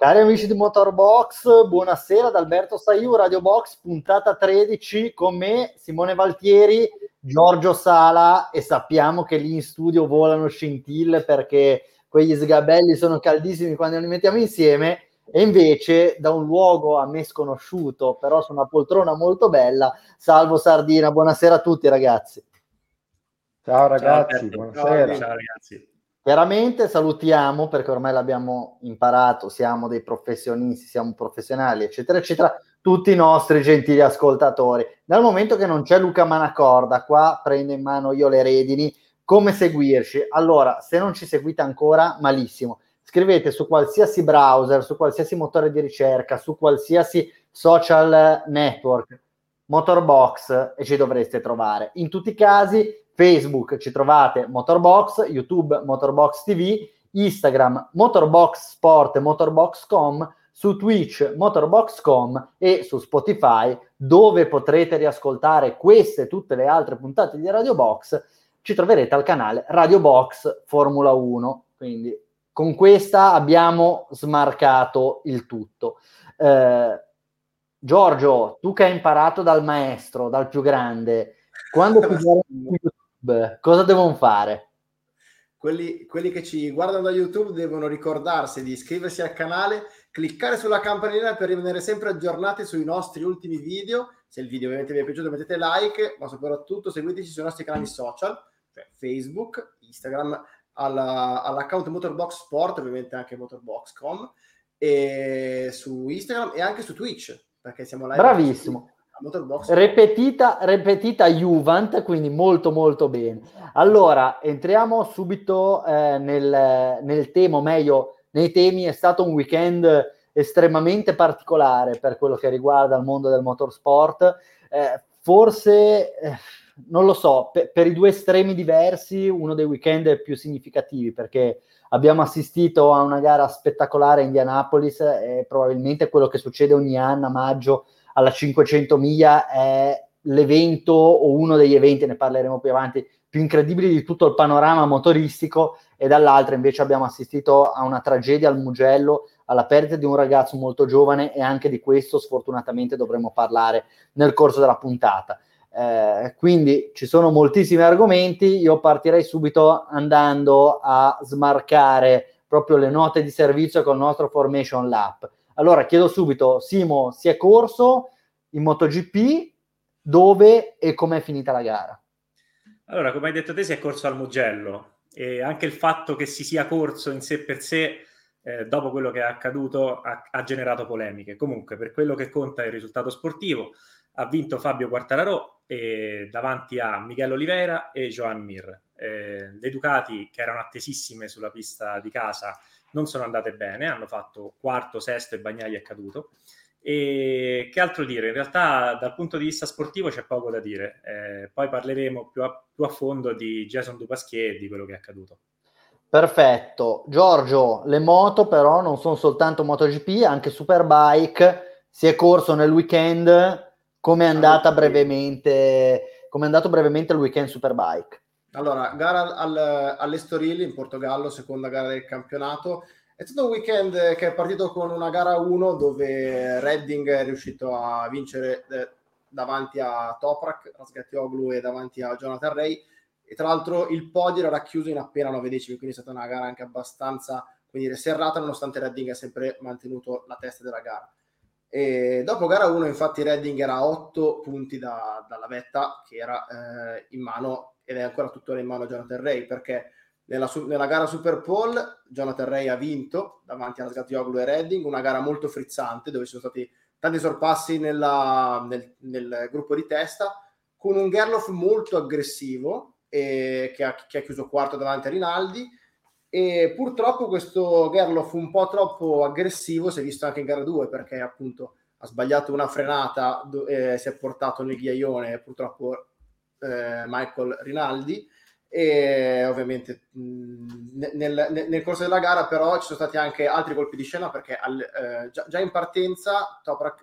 Cari amici di Motorbox, buonasera da Alberto Saiu, Radio Box, puntata 13, con me Simone Valtieri, Giorgio Sala, e sappiamo che lì in studio volano scintille perché quegli sgabelli sono caldissimi quando li mettiamo insieme, e invece da un luogo a me sconosciuto, però su una poltrona molto bella, Salvo Sardina. Buonasera a tutti ragazzi. Ciao ragazzi, buonasera. Ciao ragazzi. Chiaramente salutiamo, perché ormai l'abbiamo imparato, siamo dei professionisti, siamo professionali, eccetera, eccetera, tutti i nostri gentili ascoltatori. Dal momento che non c'è Luca Manacorda, qua prendo in mano io le redini, come seguirci? Allora, se non ci seguite ancora, malissimo. Scrivete su qualsiasi browser, su qualsiasi motore di ricerca, su qualsiasi social network, Motorbox, e ci dovreste trovare. In tutti i casi, Facebook ci trovate Motorbox, YouTube Motorbox TV, Instagram Motorbox Sport e Motorbox.com, su Twitch Motorbox.com e su Spotify, dove potrete riascoltare queste e tutte le altre puntate di Radio Box. Ci troverete al canale Radio Box Formula 1. Quindi con questa abbiamo smarcato il tutto. Giorgio, tu che hai imparato dal maestro, dal più grande, quando ti guardi su YouTube, cosa devono fare? Quelli che ci guardano da YouTube devono ricordarsi di iscriversi al canale, cliccare sulla campanella per rimanere sempre aggiornati sui nostri ultimi video. Se il video ovviamente vi è piaciuto mettete like, ma soprattutto seguiteci sui nostri canali social, cioè Facebook, Instagram, all'account Motorbox Sport, ovviamente anche Motorbox.com, e su Instagram e anche su Twitch, perché siamo live. Bravissimo. Ripetita Juvent, quindi molto molto bene. Allora, entriamo subito nel tema, o meglio, nei temi. È stato un weekend estremamente particolare per quello che riguarda il mondo del motorsport. Forse, non lo so, per i due estremi diversi, uno dei weekend più significativi, perché abbiamo assistito a una gara spettacolare a Indianapolis, e probabilmente quello che succede ogni anno a maggio alla 500 miglia è l'evento, o uno degli eventi, ne parleremo più avanti, più incredibili di tutto il panorama motoristico. E dall'altra invece abbiamo assistito a una tragedia al Mugello, alla perdita di un ragazzo molto giovane, e anche di questo sfortunatamente dovremo parlare nel corso della puntata. Quindi ci sono moltissimi argomenti. Io partirei subito andando a smarcare proprio le note di servizio con il nostro Formation Lap. Allora chiedo subito, Simo, si è corso in MotoGP, dove e com'è finita la gara? Allora, come hai detto te, si è corso al Mugello, e anche il fatto che si sia corso in sé per sé, dopo quello che è accaduto, ha generato polemiche. Comunque, per quello che conta è il risultato sportivo. Ha vinto Fabio Quartararo davanti a Miguel Oliveira e Joan Mir. Le Ducati, che erano attesissime sulla pista di casa, non sono andate bene, hanno fatto quarto, sesto e Bagnaia è caduto. E che altro dire? In realtà dal punto di vista sportivo c'è poco da dire. Poi parleremo più a fondo di Jason Dupasquier e di quello che è accaduto. Perfetto. Giorgio, le moto però non sono soltanto MotoGP, anche Superbike. Si è corso nel weekend. Come è andato brevemente il weekend Superbike? Allora, gara all'Estoril in Portogallo, seconda gara del campionato. È stato un weekend che è partito con una gara 1 dove Redding è riuscito a vincere davanti a Toprak, Razgatlioglu, e davanti a Jonathan Rea, e tra l'altro il podio era racchiuso in appena 9 decimi, quindi è stata una gara anche abbastanza, quindi serrata, nonostante Redding ha sempre mantenuto la testa della gara. E dopo gara 1 infatti Redding era a 8 punti dalla vetta, che era in mano, ed è ancora tuttora in mano a Jonathan Rea, perché nella gara Super Pole Jonathan Rea ha vinto davanti a Razgatlioglu e Redding, una gara molto frizzante dove ci sono stati tanti sorpassi nel gruppo di testa, con un Gerloff molto aggressivo che ha chiuso quarto davanti a Rinaldi. E purtroppo questo Gerloff un po' troppo aggressivo si è visto anche in gara 2, perché appunto ha sbagliato una frenata, si è portato nel ghiaione purtroppo Michael Rinaldi. E ovviamente nel corso della gara però ci sono stati anche altri colpi di scena, perché già in partenza Toprak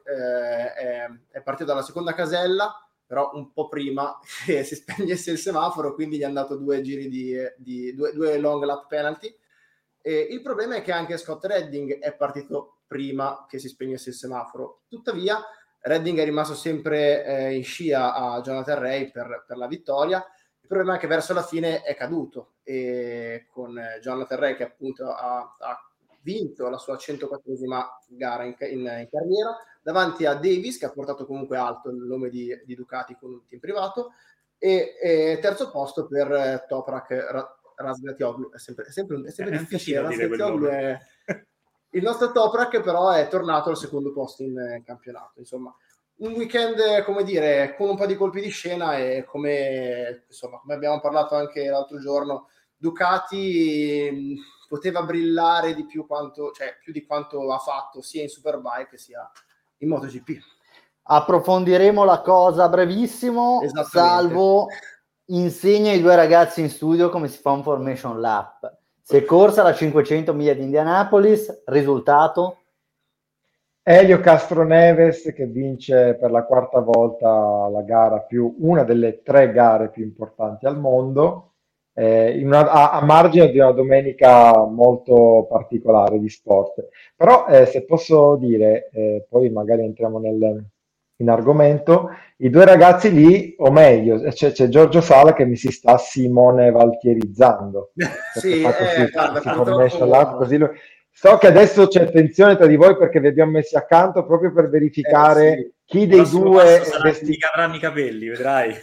è partito dalla seconda casella, però un po' prima che si spegnesse il semaforo, quindi gli hanno dato 2 giri di due long lap penalty. E il problema è che anche Scott Redding è partito prima che si spegnesse il semaforo. Tuttavia Redding è rimasto sempre in scia a Jonathan Rea per la vittoria. Il problema è che verso la fine è caduto, e con Jonathan Rea, che appunto ha vinto la sua 104esima gara in carriera, davanti a Davis, che ha portato comunque alto il nome di Ducati con un team privato, e terzo posto per Toprak Razgatlioglu. È sempre difficile. Razgatlioglu è il nostro Toprak, però è tornato al secondo posto in campionato. Insomma, un weekend, come dire, con un po' di colpi di scena, e come abbiamo parlato anche l'altro giorno, Ducati poteva brillare di più di quanto ha fatto sia in Superbike sia in MotoGP. Approfondiremo la cosa a brevissimo. Salvo insegna ai due ragazzi in studio come si fa un formation lap. Si è corsa la 500 miglia di Indianapolis, risultato? Elio Castroneves che vince per la quarta volta la gara una delle 3 gare più importanti al mondo, a margine di una domenica molto particolare di sport. Però se posso dire, poi magari entriamo in argomento, i 2 ragazzi lì, o meglio, c'è Giorgio Sala che mi si sta Simone Valtierizzando. Sì, guarda, così lui... So che adesso c'è tensione tra di voi perché vi abbiamo messi accanto proprio per verificare chi dei due ti cadranno i capelli, vedrai.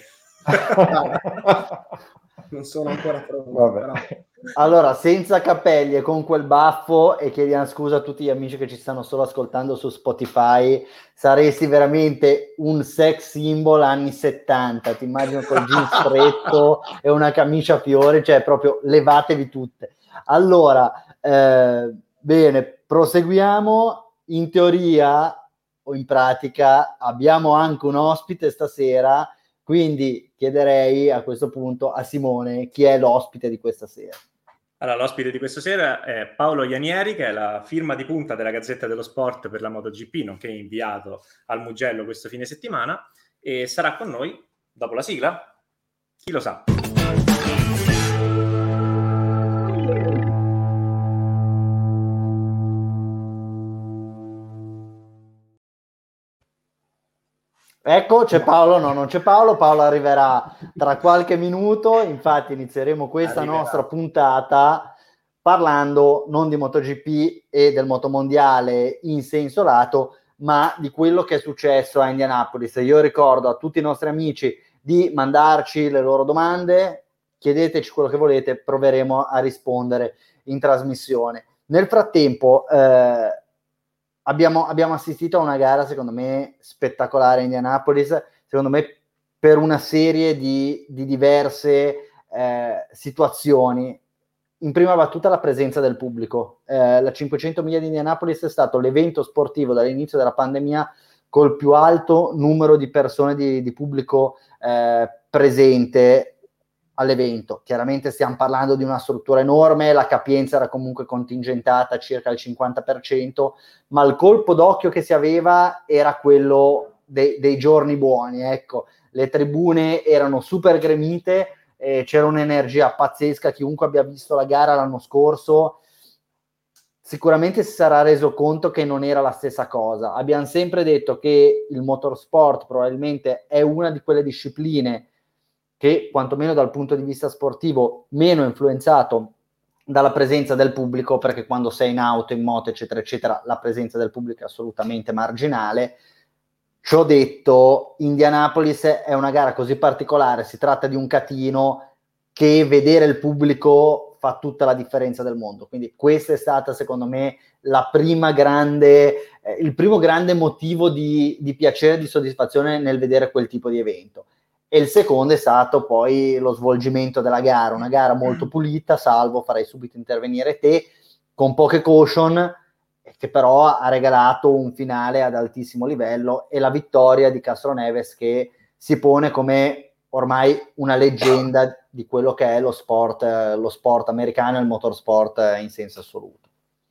Non sono ancora pronto. Però. Allora, senza capelli e con quel baffo, e chiediamo scusa a tutti gli amici che ci stanno solo ascoltando su Spotify, saresti veramente un sex symbol anni 70. Ti immagino col jeans stretto e una camicia a fiori, cioè proprio levatevi tutte. Allora, bene, proseguiamo. In teoria o in pratica abbiamo anche un ospite stasera, quindi chiederei a questo punto a Simone chi è l'ospite di questa sera. Allora, l'ospite di questa sera è Paolo Ianieri, che è la firma di punta della Gazzetta dello Sport per la MotoGP, nonché inviato al Mugello questo fine settimana, e sarà con noi dopo la sigla. Chi lo sa? Ecco, c'è Paolo, no, non c'è Paolo arriverà tra qualche minuto, infatti inizieremo questa nostra puntata parlando non di MotoGP e del motomondiale in senso lato, ma di quello che è successo a Indianapolis. Io ricordo a tutti i nostri amici di mandarci le loro domande, chiedeteci quello che volete, proveremo a rispondere in trasmissione. Nel frattempo abbiamo assistito a una gara secondo me spettacolare a Indianapolis, secondo me per una serie di diverse situazioni. In prima battuta la presenza del pubblico. La 500 miglia di Indianapolis è stato l'evento sportivo dall'inizio della pandemia col più alto numero di persone, di pubblico presente all'evento. Chiaramente stiamo parlando di una struttura enorme, la capienza era comunque contingentata circa al 50%, ma il colpo d'occhio che si aveva era quello dei giorni buoni, ecco. Le tribune erano super gremite, c'era un'energia pazzesca. Chiunque abbia visto la gara l'anno scorso sicuramente si sarà reso conto che non era la stessa cosa. Abbiamo sempre detto che il motorsport probabilmente è una di quelle discipline che, quantomeno dal punto di vista sportivo, meno influenzato dalla presenza del pubblico, perché quando sei in auto, in moto, eccetera, eccetera, la presenza del pubblico è assolutamente marginale. Ciò detto, Indianapolis è una gara così particolare, si tratta di un catino, che vedere il pubblico fa tutta la differenza del mondo. Quindi questa è stata, secondo me, il primo grande motivo di piacere e di soddisfazione nel vedere quel tipo di evento. E il secondo è stato poi lo svolgimento della gara, una gara molto pulita, salvo, farei subito intervenire te, con poche caution, che però ha regalato un finale ad altissimo livello, e la vittoria di Castroneves, che si pone come ormai una leggenda di quello che è lo sport americano e il motorsport in senso assoluto.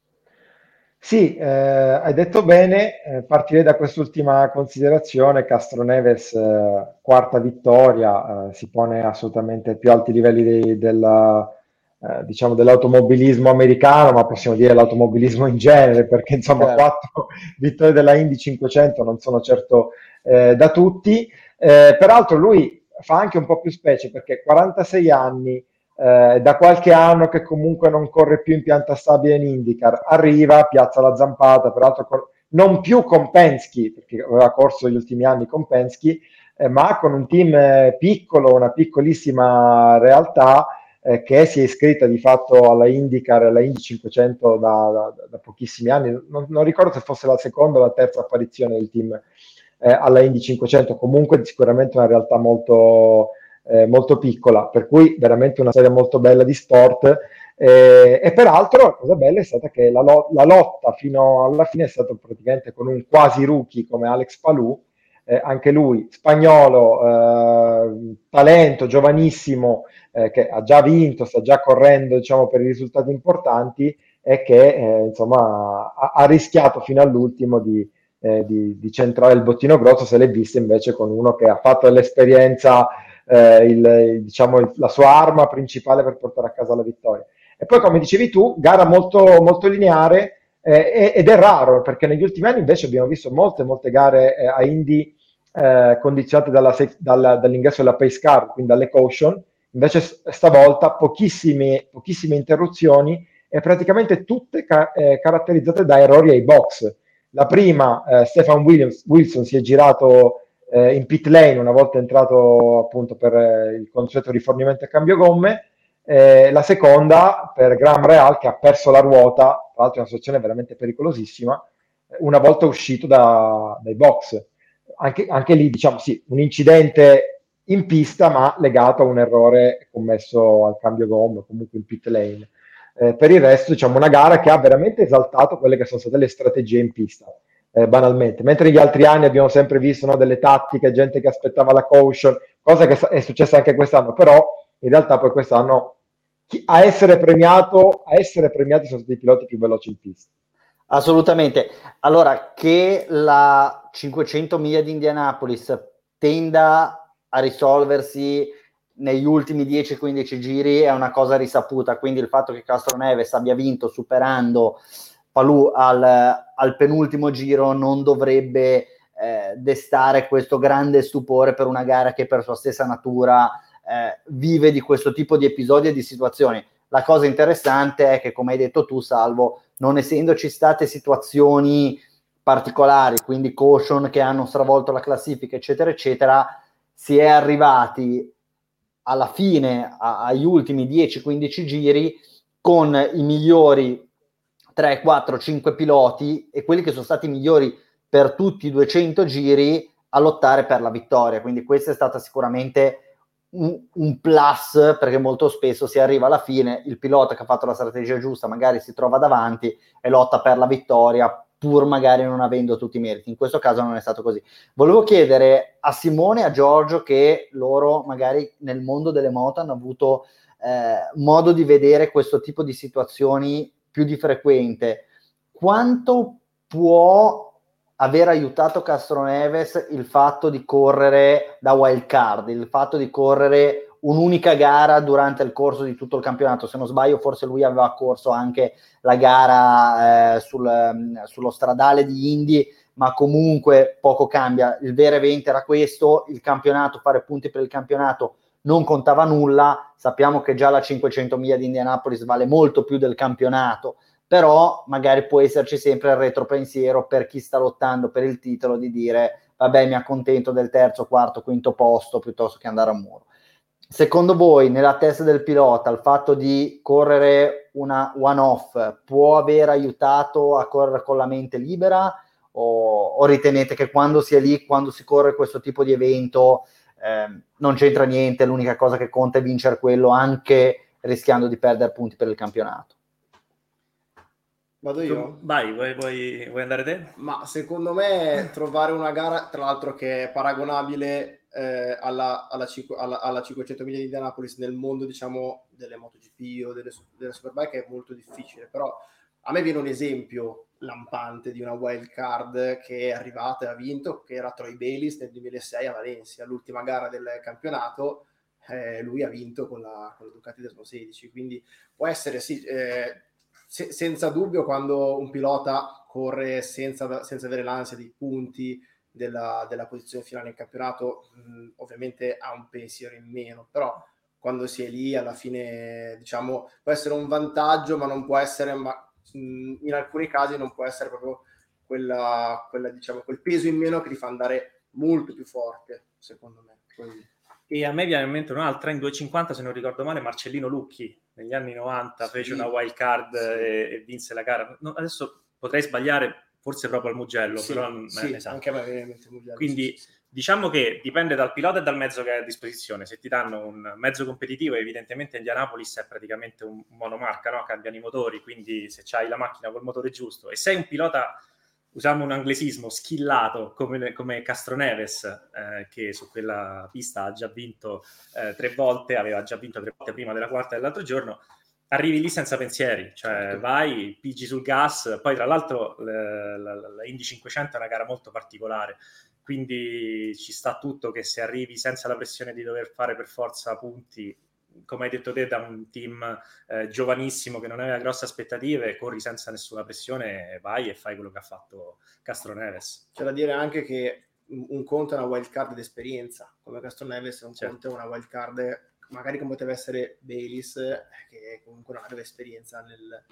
Sì, hai detto bene, partirei da quest'ultima considerazione. Castroneves, quarta vittoria, si pone assolutamente ai più alti livelli diciamo dell'automobilismo americano, ma possiamo dire l'automobilismo in genere, perché insomma Certo. 4 vittorie della Indy 500 non sono certo da tutti. Peraltro lui fa anche un po' più specie perché 46 anni, da qualche anno che comunque non corre più in pianta stabile in IndyCar, arriva, piazza la zampata, peraltro non più con Penske, perché aveva corso gli ultimi anni con Penske, ma con un team piccolo, una piccolissima realtà che si è iscritta di fatto alla IndyCar, alla Indy 500 da pochissimi anni. Non ricordo se fosse la seconda o la terza apparizione del team alla Indy 500, comunque sicuramente una realtà molto piccola, per cui veramente una storia molto bella di sport. E peraltro la cosa bella è stata che la lotta fino alla fine è stata praticamente con un quasi rookie come Alex Palou, anche lui spagnolo, talento, giovanissimo, che ha già vinto, sta già correndo, diciamo, per i risultati importanti e che insomma ha rischiato fino all'ultimo di centrare il bottino grosso, se l'è vista invece con uno che ha fatto dell'esperienza diciamo, la sua arma principale per portare a casa la vittoria. E poi, come dicevi tu, gara molto, molto lineare, ed è raro perché negli ultimi anni invece abbiamo visto molte gare a Indy condizionate dall'ingresso della pace car, quindi dalle caution. Invece stavolta pochissime interruzioni e praticamente tutte caratterizzate da errori ai box. La prima, Stefan Wilson si è girato in pit lane una volta entrato appunto per il consueto rifornimento e cambio gomme. La seconda per Graham Real che ha perso la ruota, tra l'altro è una situazione veramente pericolosissima, una volta uscito dai box. Anche lì, diciamo, sì, un incidente in pista, ma legato a un errore commesso al cambio gomme, comunque in pit lane. Per il resto, diciamo, una gara che ha veramente esaltato quelle che sono state le strategie in pista, banalmente. Mentre negli altri anni abbiamo sempre visto, no, delle tattiche, gente che aspettava la caution, cosa che è successa anche quest'anno, però in realtà poi quest'anno a essere premiati sono stati i piloti più veloci in pista. Assolutamente. Allora, che la 500 miglia di Indianapolis tenda a risolversi negli ultimi 10-15 giri è una cosa risaputa, quindi il fatto che Castroneves abbia vinto superando Palou al penultimo giro non dovrebbe destare questo grande stupore per una gara che per sua stessa natura vive di questo tipo di episodi e di situazioni. La cosa interessante è che, come hai detto tu, Salvo, non essendoci state situazioni particolari, quindi caution che hanno stravolto la classifica, eccetera, eccetera, si è arrivati alla fine, agli ultimi 10-15 giri, con i migliori 3, 4, 5 piloti e quelli che sono stati i migliori per tutti i 200 giri a lottare per la vittoria. Quindi questa è stata sicuramente un plus, perché molto spesso si arriva alla fine, il pilota che ha fatto la strategia giusta magari si trova davanti e lotta per la vittoria pur magari non avendo tutti i meriti. In questo caso non è stato così. Volevo chiedere a Simone e a Giorgio, che loro magari nel mondo delle moto hanno avuto modo di vedere questo tipo di situazioni più di frequente, quanto può aver aiutato Castroneves il fatto di correre da wild card, il fatto di correre un'unica gara durante il corso di tutto il campionato? Se non sbaglio forse lui aveva corso anche la gara sullo stradale di Indy, ma comunque poco cambia. Il vero evento era questo, il campionato, fare punti per il campionato non contava nulla. Sappiamo che già la 500 miglia di Indianapolis vale molto più del campionato, però magari può esserci sempre il retropensiero per chi sta lottando per il titolo di dire vabbè, mi accontento del terzo, quarto, quinto posto piuttosto che andare a muro. Secondo voi, nella testa del pilota, il fatto di correre una one-off può aver aiutato a correre con la mente libera, o ritenete che quando si è lì, quando si corre questo tipo di evento, non c'entra niente, l'unica cosa che conta è vincere quello, anche rischiando di perdere punti per il campionato? Vado io? Vai, vuoi andare te? Ma secondo me trovare una gara, tra l'altro, che è paragonabile alla 500 miglia di Indianapolis nel mondo, diciamo, delle MotoGP o delle Superbike è molto difficile, però a me viene un esempio lampante di una wild card che è arrivata e ha vinto, che era Troy Bayliss nel 2006 a Valencia, l'ultima gara del campionato. lui ha vinto con la Ducati Desmo 16, quindi può essere sì, senza dubbio quando un pilota corre senza avere l'ansia dei punti della posizione finale in campionato, ovviamente ha un pensiero in meno, però quando si è lì alla fine, diciamo, può essere un vantaggio, ma non può essere, in alcuni casi non può essere proprio quella diciamo, quel peso in meno che ti fa andare molto più forte, secondo me. Quindi. E a me viene in mente un'altra in 250, se non ricordo male, Marcellino Lucchi negli anni 90 fece una wild card e vinse la gara. No, adesso potrei sbagliare, forse proprio al Mugello, però esatto. Anche a me viene in mente il Mugello. Quindi diciamo che dipende dal pilota e dal mezzo che hai a disposizione. Se ti danno un mezzo competitivo, evidentemente Indianapolis è praticamente un monomarca, no? Cambiano i motori, quindi se c'hai la macchina col motore giusto e sei un pilota, usiamo un anglesismo, schillato come Castroneves, che su quella pista ha già vinto 3 volte, aveva già vinto 3 volte prima della quarta dell'altro giorno, arrivi lì senza pensieri, cioè certo. Vai, pigi sul gas, poi tra l'altro la Indy 500 è una gara molto particolare, quindi ci sta tutto che se arrivi senza la pressione di dover fare per forza punti, come hai detto te, da un team giovanissimo che non aveva grosse aspettative, corri senza nessuna pressione, vai e fai quello che ha fatto Castroneves. C'è da dire anche che un conto è una wild card d'esperienza, come Castroneves, un certo. conto è una wild card magari come poteva essere Bayliss, che comunque non aveva esperienza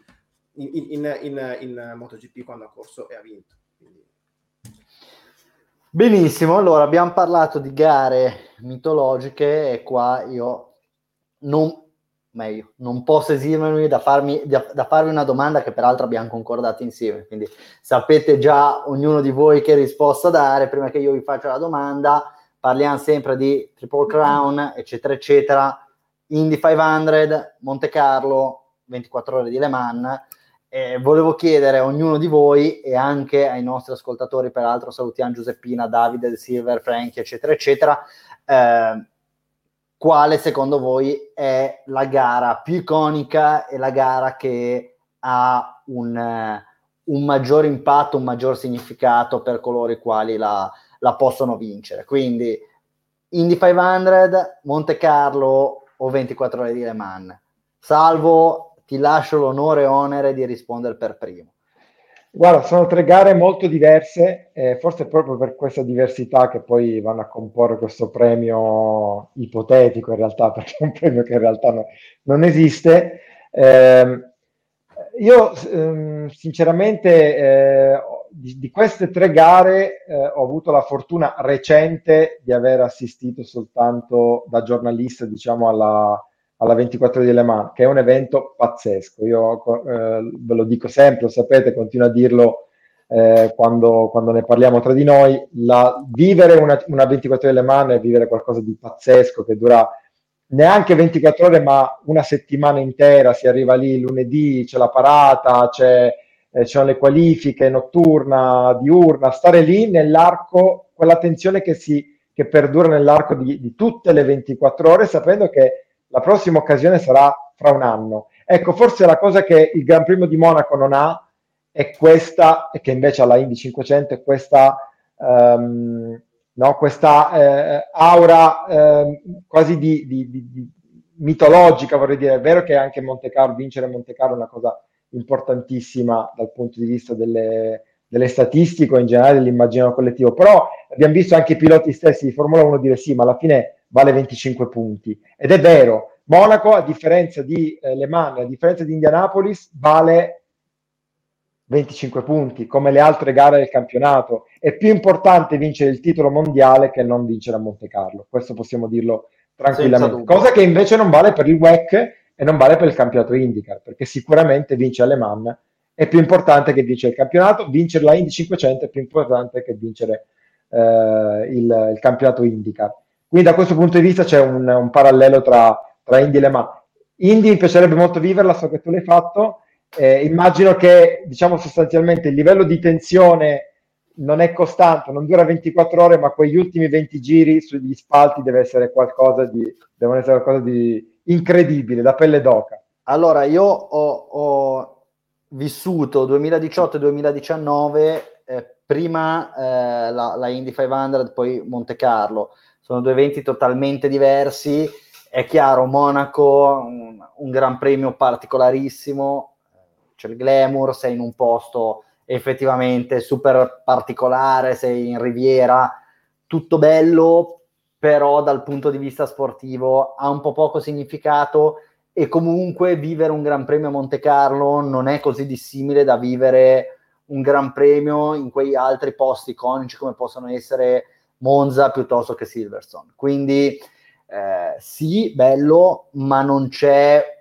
in MotoGP quando ha corso e ha vinto. Quindi. Benissimo, allora abbiamo parlato di gare mitologiche e qua io non posso esimermi da farvi una domanda che peraltro abbiamo concordato insieme, quindi sapete già ognuno di voi che risposta dare. Prima che io vi faccia la domanda, parliamo sempre di Triple Crown, eccetera eccetera, Indy 500, Monte Carlo, 24 ore di Le Mans. Volevo chiedere a ognuno di voi e anche ai nostri ascoltatori, peraltro salutiamo Giuseppina, Davide, Silver, Frankie, eccetera eccetera, quale secondo voi è la gara più iconica e la gara che ha un maggior impatto, un maggior significato per coloro i quali la possono vincere? Quindi Indy 500, Monte Carlo o 24 ore di Le Mans? Salvo, ti lascio l'onore e onere di rispondere per primo. Guarda, sono 3 gare molto diverse, forse proprio per questa diversità che poi vanno a comporre questo premio ipotetico in realtà, perché è un premio che in realtà non esiste. Io sinceramente di queste 3 gare ho avuto la fortuna recente di aver assistito soltanto da giornalista, diciamo, alla 24 ore di Le Mans, che è un evento pazzesco. Io ve lo dico sempre, lo sapete, continuo a dirlo quando ne parliamo tra di noi. Vivere una 24 ore di Le Mans è vivere qualcosa di pazzesco che dura neanche 24 ore, ma una settimana intera. Si arriva lì lunedì, c'è la parata, c'erano le qualifiche notturna, diurna, stare lì nell'arco, quella tensione che perdura nell'arco di tutte le 24 ore, sapendo che la prossima occasione sarà fra un anno. Ecco, forse la cosa che il Gran Premio di Monaco non ha è questa, e che invece ha la Indy 500, è questa aura quasi di mitologica, vorrei dire. È vero che anche vincere Monte Carlo è una cosa importantissima dal punto di vista delle statistiche o in generale dell'immaginario collettivo, però abbiamo visto anche i piloti stessi di Formula 1 dire sì, ma alla fine vale 25 punti, ed è vero. Monaco, a differenza di Le Mans, a differenza di Indianapolis, vale 25 punti, come le altre gare del campionato. È più importante vincere il titolo mondiale che non vincere a Monte Carlo, questo possiamo dirlo tranquillamente, cosa che invece non vale per il WEC e non vale per il campionato IndyCar, perché sicuramente vincere Le Mans è più importante che vincere il campionato, vincere la Indy 500 è più importante che vincere il campionato IndyCar. Quindi da questo punto di vista c'è un parallelo tra Indy e Le Mans. Indy mi piacerebbe molto viverla, so che tu l'hai fatto. Immagino che, diciamo, sostanzialmente il livello di tensione non è costante, non dura 24 ore, ma quegli ultimi 20 giri sugli spalti devono essere qualcosa di incredibile, da pelle d'oca. Allora, io ho vissuto 2018 e 2019, prima la Indy 500, poi Monte Carlo. Sono 2 eventi totalmente diversi. È chiaro, Monaco, un gran premio particolarissimo, c'è il glamour, sei in un posto effettivamente super particolare, sei in Riviera, tutto bello, però dal punto di vista sportivo ha un po' poco significato, e comunque vivere un Gran Premio a Monte Carlo non è così dissimile da vivere un Gran Premio in quei altri posti iconici come possono essere Monza piuttosto che Silverstone. Quindi sì, bello, ma non c'è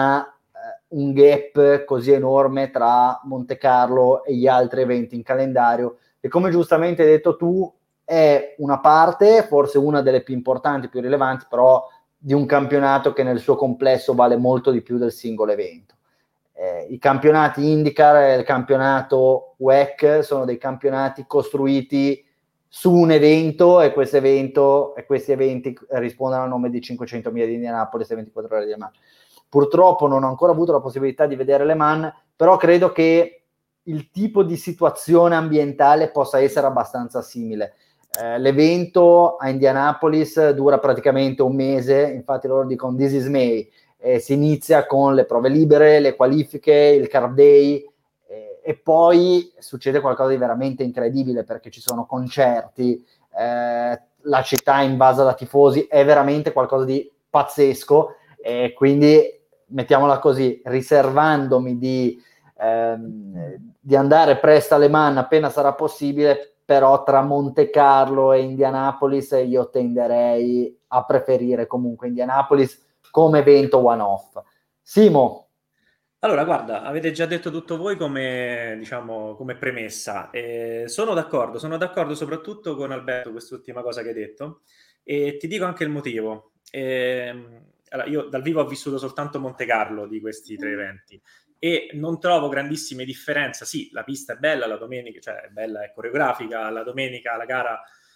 un gap così enorme tra Monte Carlo e gli altri eventi in calendario, e come giustamente hai detto tu è una parte, forse una delle più importanti, più rilevanti, però di un campionato che nel suo complesso vale molto di più del singolo evento. I campionati IndyCar e il campionato WEC sono dei campionati costruiti su un evento, e questi eventi rispondono al nome di 500 miglia di Indianapolis e 24 ore di Le Mans. Purtroppo non ho ancora avuto la possibilità di vedere Le Mans, però credo che il tipo di situazione ambientale possa essere abbastanza simile. L'evento a Indianapolis dura praticamente un mese, infatti loro dicono this is May, si inizia con le prove libere, le qualifiche, il Carb Day, e poi succede qualcosa di veramente incredibile perché ci sono concerti, la città è invasa da tifosi, è veramente qualcosa di pazzesco, e quindi mettiamola così, riservandomi di andare presto alle Man appena sarà possibile, però tra Monte Carlo e Indianapolis io tenderei a preferire comunque Indianapolis come evento one-off. Simo? Allora, guarda, avete già detto tutto voi come, diciamo, come premessa. Sono d'accordo soprattutto con Alberto, quest'ultima cosa che hai detto, e ti dico anche il motivo. Allora, io dal vivo ho vissuto soltanto Monte Carlo di questi 3 eventi e non trovo grandissime differenze. Sì, la pista è bella, la domenica, cioè è bella, è coreografica, la domenica la gara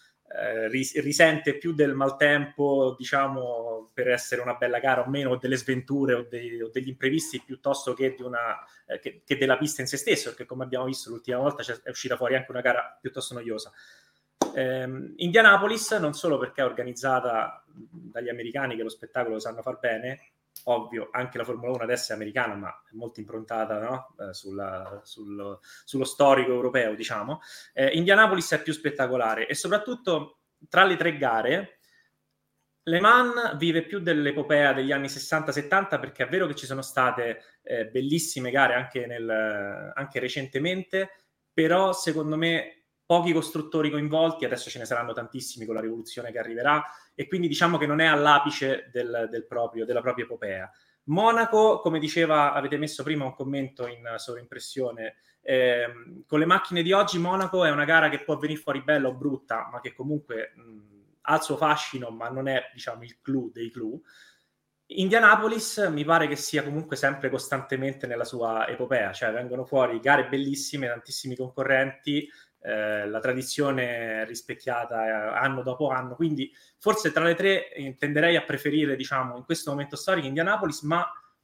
risente più del maltempo, diciamo, per essere una bella gara o meno, o delle sventure o degli imprevisti, piuttosto che di che della pista in se stesso, perché come abbiamo visto l'ultima volta è uscita fuori anche una gara piuttosto noiosa. Indianapolis, non solo perché è organizzata dagli americani che lo spettacolo lo sanno far bene, ovvio, anche la Formula 1 adesso è americana, ma è molto improntata, no? Sullo storico europeo, diciamo. Indianapolis è più spettacolare, e soprattutto tra le 3 gare Le Mans vive più dell'epopea degli anni 60-70, perché è vero che ci sono state bellissime gare anche recentemente, però secondo me pochi costruttori coinvolti, adesso ce ne saranno tantissimi con la rivoluzione che arriverà, e quindi diciamo che non è all'apice della propria epopea. Monaco, come diceva, avete messo prima un commento in sovraimpressione, con le macchine di oggi Monaco è una gara che può venire fuori bella o brutta, ma che comunque ha il suo fascino, ma non è, diciamo, il clou dei clou. Indianapolis mi pare che sia comunque sempre costantemente nella sua epopea, cioè vengono fuori gare bellissime, tantissimi concorrenti, la tradizione rispecchiata anno dopo anno, quindi forse tra le 3 tenderei a preferire, diciamo, in questo momento storico Indianapolis, ma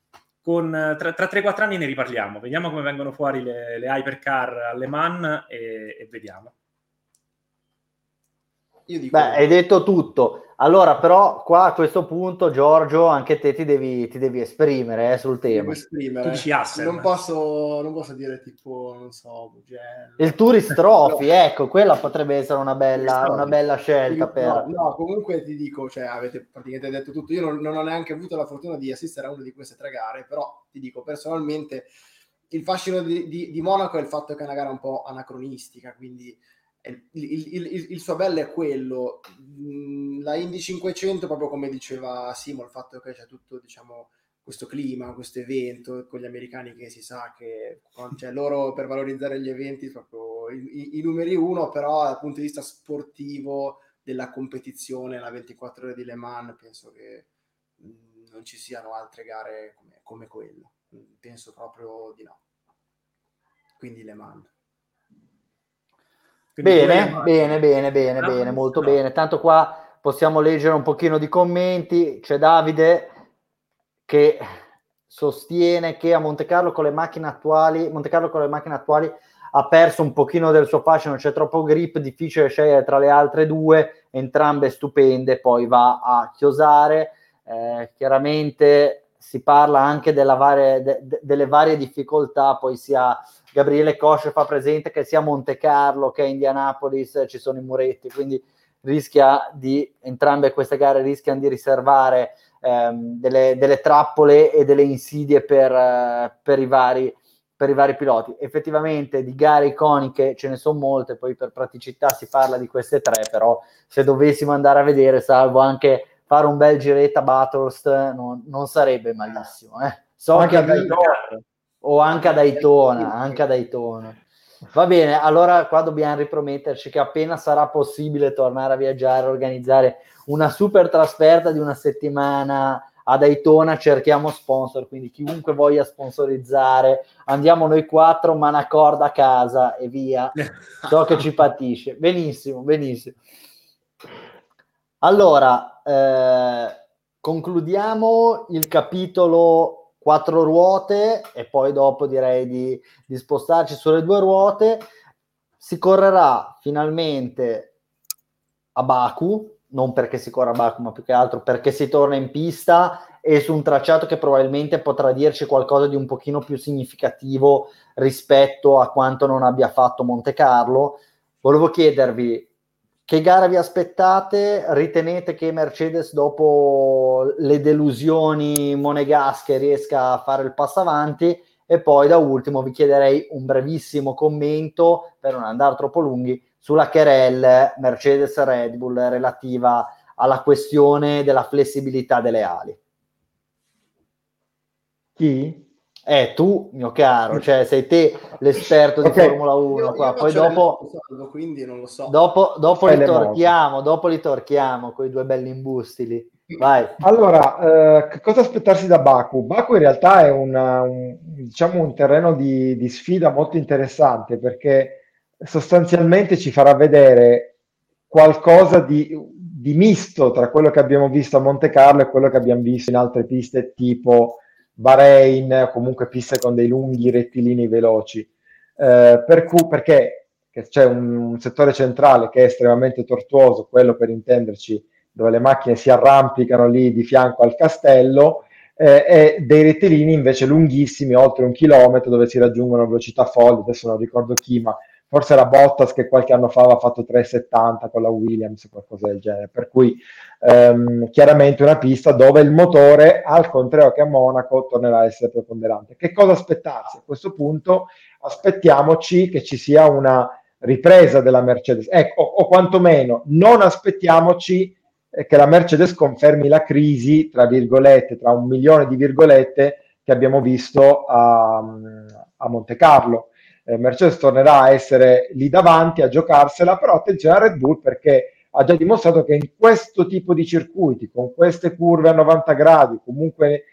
tra 3-4 anni ne riparliamo, vediamo come vengono fuori le hypercar alle Man e vediamo. Io dico... Beh, hai detto tutto. Allora, però, qua a questo punto, Giorgio, anche te ti devi esprimere sul tema. Devo esprimere. Tu dici Assen. Non posso dire tipo, non so, Mugello. Il Tourist Trophy, ecco, quella potrebbe essere una bella scelta. No, comunque ti dico, cioè, avete praticamente detto tutto. Io non ho neanche avuto la fortuna di assistere a una di queste 3 gare, però ti dico, personalmente, il fascino di Monaco è il fatto che è una gara un po' anacronistica, quindi il suo bello è quello. La Indy 500, proprio come diceva Simo, il fatto che c'è tutto, diciamo, questo clima, questo evento con gli americani, che si sa che cioè, loro per valorizzare gli eventi proprio i numeri 1, però dal punto di vista sportivo della competizione, la 24 ore di Le Mans, penso che non ci siano altre gare come quello, penso proprio di no, quindi Le Mans. Bene, molto bene. Tanto qua possiamo leggere un pochino di commenti. C'è Davide che sostiene che a Monte Carlo con le macchine attuali ha perso un pochino del suo fascino, c'è troppo grip, difficile scegliere tra le altre 2, entrambe stupende, poi va a chiosare. chiaramente si parla anche delle varie difficoltà, poi sia Gabriele Cosce fa presente che sia Monte Carlo che Indianapolis ci sono i muretti, quindi entrambe queste gare rischiano di riservare delle trappole e delle insidie per i vari piloti. Effettivamente di gare iconiche ce ne sono molte, poi per praticità si parla di queste tre, però se dovessimo andare a vedere, salvo anche fare un bel giretto a Bathurst, non sarebbe malissimo. So anche che a Daytona. o anche a Daytona. Va bene, allora qua dobbiamo riprometterci che appena sarà possibile tornare a viaggiare, organizzare una super trasferta di una settimana a Daytona, cerchiamo sponsor, quindi chiunque voglia sponsorizzare, andiamo noi 4, ma una corda a casa e via. So che ci patisce. Benissimo. Allora, concludiamo il capitolo 4 ruote e poi dopo direi di spostarci sulle 2 ruote. Si correrà finalmente a Baku, non perché si corra a Baku, ma più che altro perché si torna in pista e su un tracciato che probabilmente potrà dirci qualcosa di un pochino più significativo rispetto a quanto non abbia fatto Monte Carlo. Volevo chiedervi che gara vi aspettate? Ritenete che Mercedes, dopo le delusioni monegasche, riesca a fare il passo avanti? E poi da ultimo vi chiederei un brevissimo commento, per non andare troppo lunghi, sulla querelle Mercedes-Red Bull relativa alla questione della flessibilità delle ali. Chi? Tu, mio caro, cioè sei te l'esperto di Formula 1 qua. Poi dopo, quindi non lo so. Dopo li torchiamo con i 2 belli imbusti lì. Vai. Allora, cosa aspettarsi da Baku? Baku in realtà è diciamo un terreno di sfida molto interessante, perché sostanzialmente ci farà vedere qualcosa di misto tra quello che abbiamo visto a Monte Carlo e quello che abbiamo visto in altre piste tipo Bahrain, comunque piste con dei lunghi rettilini veloci. Perché c'è un settore centrale che è estremamente tortuoso, quello, per intenderci, dove le macchine si arrampicano lì di fianco al castello, e dei rettilini invece lunghissimi, oltre 1 chilometro, dove si raggiungono velocità folli. Adesso non ricordo chi, ma forse era Bottas che qualche anno fa aveva fatto 3,70 con la Williams o qualcosa del genere. Per cui chiaramente una pista dove il motore, al contrario che a Monaco, tornerà a essere preponderante. Che cosa aspettarsi? A questo punto aspettiamoci che ci sia una ripresa della Mercedes, ecco, o quantomeno non aspettiamoci che la Mercedes confermi la crisi, tra virgolette, tra 1 milione di virgolette, che abbiamo visto a Monte Carlo. Mercedes tornerà a essere lì davanti a giocarsela, però attenzione a Red Bull, perché ha già dimostrato che in questo tipo di circuiti, con queste curve a 90 gradi, comunque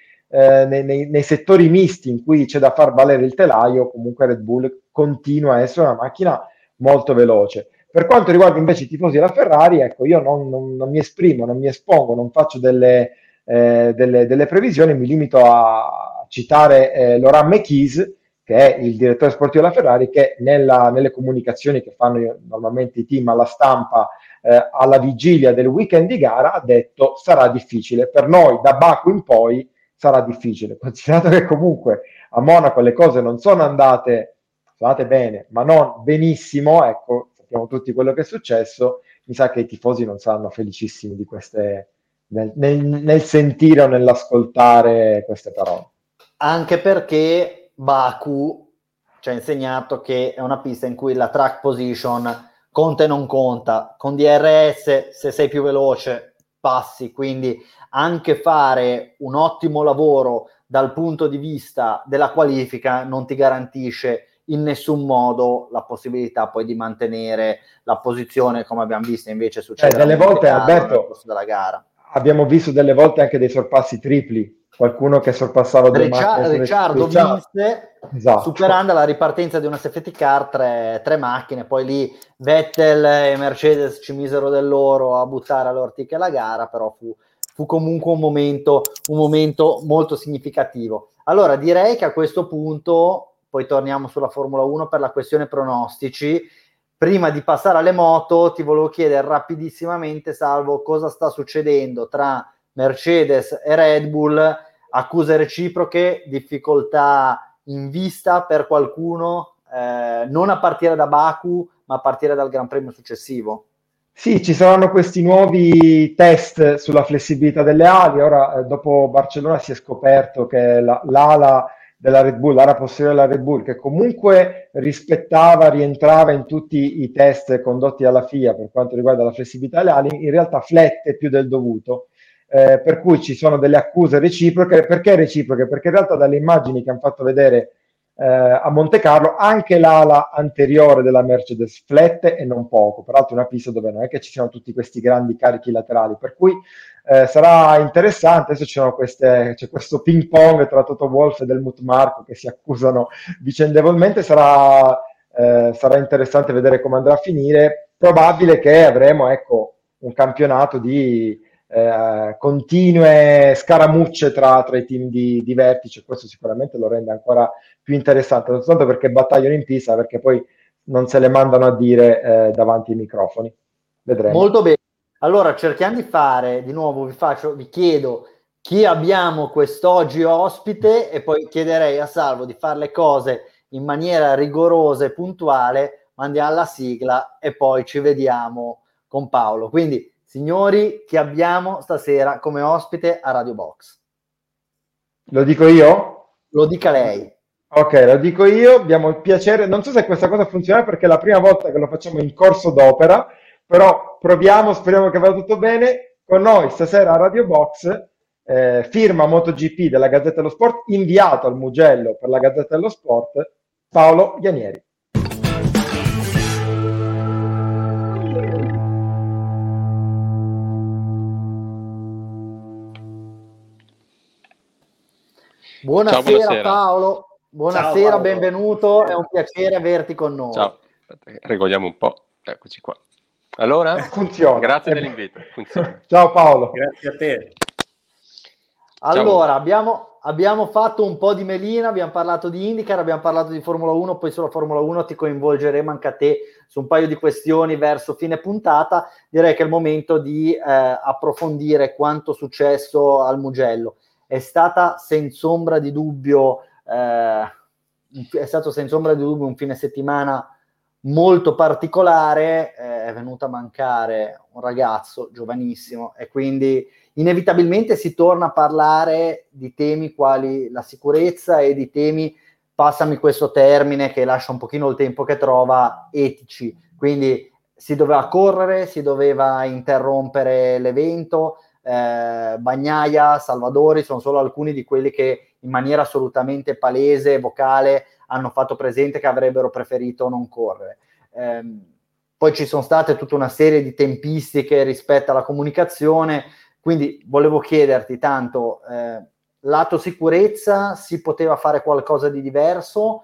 nei settori misti in cui c'è da far valere il telaio, comunque Red Bull continua a essere una macchina molto veloce. Per quanto riguarda invece i tifosi della Ferrari, ecco, io non mi esprimo, non mi espongo, non faccio delle previsioni, mi limito a citare Laurent Mekies, che è il direttore sportivo della Ferrari, che nelle comunicazioni che fanno normalmente i team alla stampa alla vigilia del weekend di gara ha detto: sarà difficile, per noi da Baku in poi sarà difficile, considerato che comunque a Monaco le cose non sono andate bene, ma non benissimo, ecco, sappiamo tutti quello che è successo. Mi sa che i tifosi non saranno felicissimi di queste, nel sentire o nell'ascoltare queste parole. Anche perché Baku ci ha insegnato che è una pista in cui la track position conta e non conta. Con DRS, se sei più veloce, passi. Quindi anche fare un ottimo lavoro dal punto di vista della qualifica non ti garantisce in nessun modo la possibilità poi di mantenere la posizione, come abbiamo visto invece succede delle volte, Alberto, nel corso della gara. Abbiamo visto delle volte anche dei sorpassi tripli, qualcuno che sorpassava 2 macchine. Ricciardo vinse, esatto, superando la ripartenza di una safety car 3 macchine, poi lì Vettel e Mercedes ci misero del loro a buttare alle ortiche la gara, però fu comunque un momento molto significativo. Allora direi che a questo punto poi torniamo sulla Formula 1 per la questione pronostici. Prima di passare alle moto ti volevo chiedere rapidissimamente, Salvo, cosa sta succedendo tra Mercedes e Red Bull, accuse reciproche, difficoltà in vista per qualcuno, non a partire da Baku, ma a partire dal Gran Premio successivo. Sì, ci saranno questi nuovi test sulla flessibilità delle ali. Ora, dopo Barcellona si è scoperto che l'ala della Red Bull, l'ala posteriore della Red Bull, che comunque rientrava in tutti i test condotti dalla FIA per quanto riguarda la flessibilità delle ali, in realtà flette più del dovuto. Per cui ci sono delle accuse reciproche. Perché reciproche? Perché in realtà dalle immagini che hanno fatto vedere a Monte Carlo anche l'ala anteriore della Mercedes flette e non poco, peraltro una pista dove non è che ci siano tutti questi grandi carichi laterali, per cui sarà interessante. Adesso c'è questo ping pong tra Toto Wolff e Helmut Marko che si accusano vicendevolmente. Sarà interessante vedere come andrà a finire. Probabile che avremo, ecco, un campionato di continue scaramucce tra i team di vertice. Questo sicuramente lo rende ancora più interessante, non soltanto perché battagliano in pista, perché poi non se le mandano a dire davanti ai microfoni. Vedremo. Molto bene. Allora cerchiamo di fare, di nuovo vi chiedo chi abbiamo quest'oggi ospite e poi chiederei a Salvo di fare le cose in maniera rigorosa e puntuale, mandiamo la sigla e poi ci vediamo con Paolo. Quindi, signori, chi abbiamo stasera come ospite a Radio Box? Lo dico io? Lo dica lei. Ok, lo dico io. Abbiamo il piacere, non so se questa cosa funziona perché è la prima volta che lo facciamo in corso d'opera, però proviamo, speriamo che vada tutto bene. Con noi stasera a Radio Box, firma MotoGP della Gazzetta dello Sport, inviato al Mugello per la Gazzetta dello Sport, Paolo Ianieri. Buonasera, Ciao, buonasera. Paolo. Buonasera, Ciao, Paolo. Benvenuto, è un piacere averti con noi. Ciao, aspetta, regoliamo un po'. Eccoci qua. Allora, Funziona. grazie dell'invito. Funziona. Ciao Paolo. Grazie a te. Allora, abbiamo fatto un po' di melina, abbiamo parlato di IndyCar, abbiamo parlato di Formula 1, poi sulla Formula 1 ti coinvolgeremo anche a te su un paio di questioni verso fine puntata. Direi che è il momento di approfondire quanto successo al Mugello. È stato senza ombra di dubbio un fine settimana molto particolare, è venuto a mancare un ragazzo giovanissimo e quindi inevitabilmente si torna a parlare di temi quali la sicurezza e di temi, passami questo termine che lascia un pochino il tempo che trova, etici. Quindi si doveva correre, si doveva interrompere l'evento. Bagnaia, Salvadori sono solo alcuni di quelli che in maniera assolutamente palese e vocale hanno fatto presente che avrebbero preferito non correre. Poi ci sono state tutta una serie di tempistiche rispetto alla comunicazione, quindi volevo chiederti tanto, lato sicurezza, si poteva fare qualcosa di diverso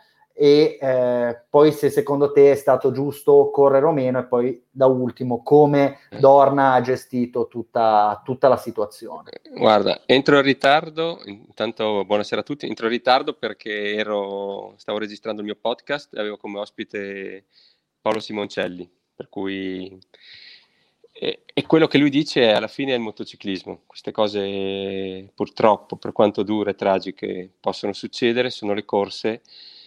e poi se secondo te è stato giusto correre o meno, e poi da ultimo come Dorna ha gestito tutta la situazione. Guarda, entro in ritardo, intanto buonasera a tutti, entro in ritardo perché stavo registrando il mio podcast e avevo come ospite Paolo Simoncelli, per cui e quello che lui dice alla fine è il motociclismo. Queste cose purtroppo, per quanto dure e tragiche, possono succedere, sono le corse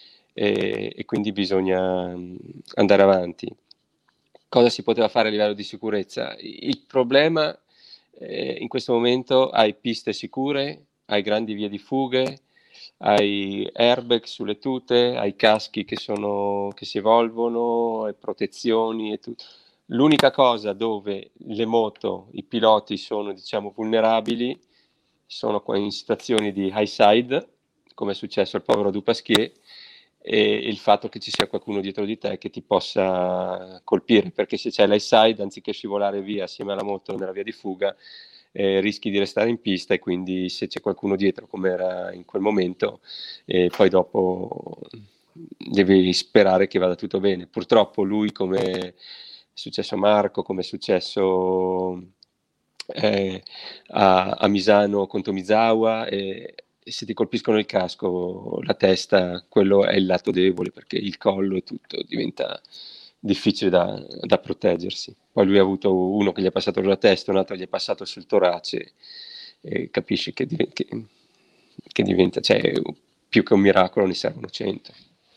e quindi bisogna andare avanti. Cosa si poteva fare a livello di sicurezza? Il problema in questo momento hai piste sicure, hai grandi vie di fughe, hai airbag sulle tute, hai caschi che si evolvono, hai protezioni e tutto. L'unica cosa dove le moto, i piloti sono diciamo vulnerabili sono in situazioni di high side, come è successo al povero Dupasquier, e il fatto che ci sia qualcuno dietro di te che ti possa colpire, perché se c'è l'high side, anziché scivolare via assieme alla moto nella via di fuga, rischi di restare in pista, e quindi se c'è qualcuno dietro come era in quel momento, poi dopo devi sperare che vada tutto bene. Purtroppo lui, come è successo a Marco, come è successo a Misano con Tomizawa, se ti colpiscono il casco, la testa, quello è il lato debole, perché il collo e tutto diventa difficile da proteggersi. Poi lui ha avuto uno che gli è passato sulla testa, un altro gli è passato sul torace, capisci che diventa, cioè, più che un miracolo ne servono 100.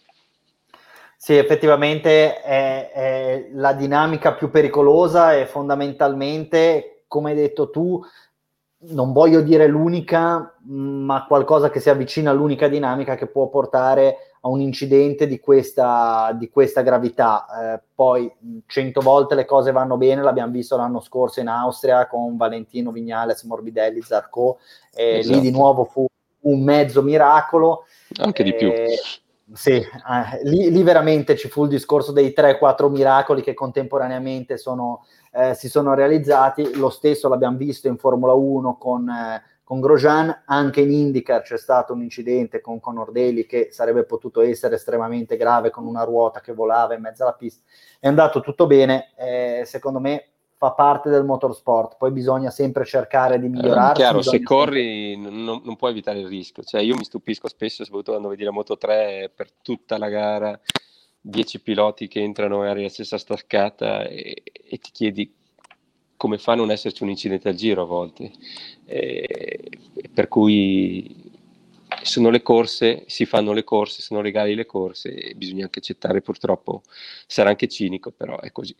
Sì, effettivamente è la dinamica più pericolosa e fondamentalmente, come hai detto tu, non voglio dire l'unica, ma qualcosa che si avvicina all'unica dinamica che può portare a un incidente di questa gravità. Poi 100 volte le cose vanno bene, l'abbiamo visto l'anno scorso in Austria con Valentino Viñales, Morbidelli, Zarco, Esatto. Lì di nuovo fu un mezzo miracolo. Anche di più. Sì, lì veramente ci fu il discorso dei 3-4 miracoli che contemporaneamente si sono realizzati. Lo stesso l'abbiamo visto in Formula 1 con Grosjean, anche in IndyCar c'è stato un incidente con Conor Daly che sarebbe potuto essere estremamente grave, con una ruota che volava in mezzo alla pista. È andato tutto bene, secondo me fa parte del motorsport, poi bisogna sempre cercare di migliorarsi. Chiaro, se corri non puoi evitare il rischio, cioè io mi stupisco spesso, soprattutto quando vedi la Moto3 per tutta la gara, 10 piloti che entrano magari alla stessa staccata e ti chiedi come fa a non esserci un incidente al giro a volte, per cui sono le corse, si fanno le corse, sono legali le corse e bisogna anche accettare, purtroppo sarà anche cinico, però è così.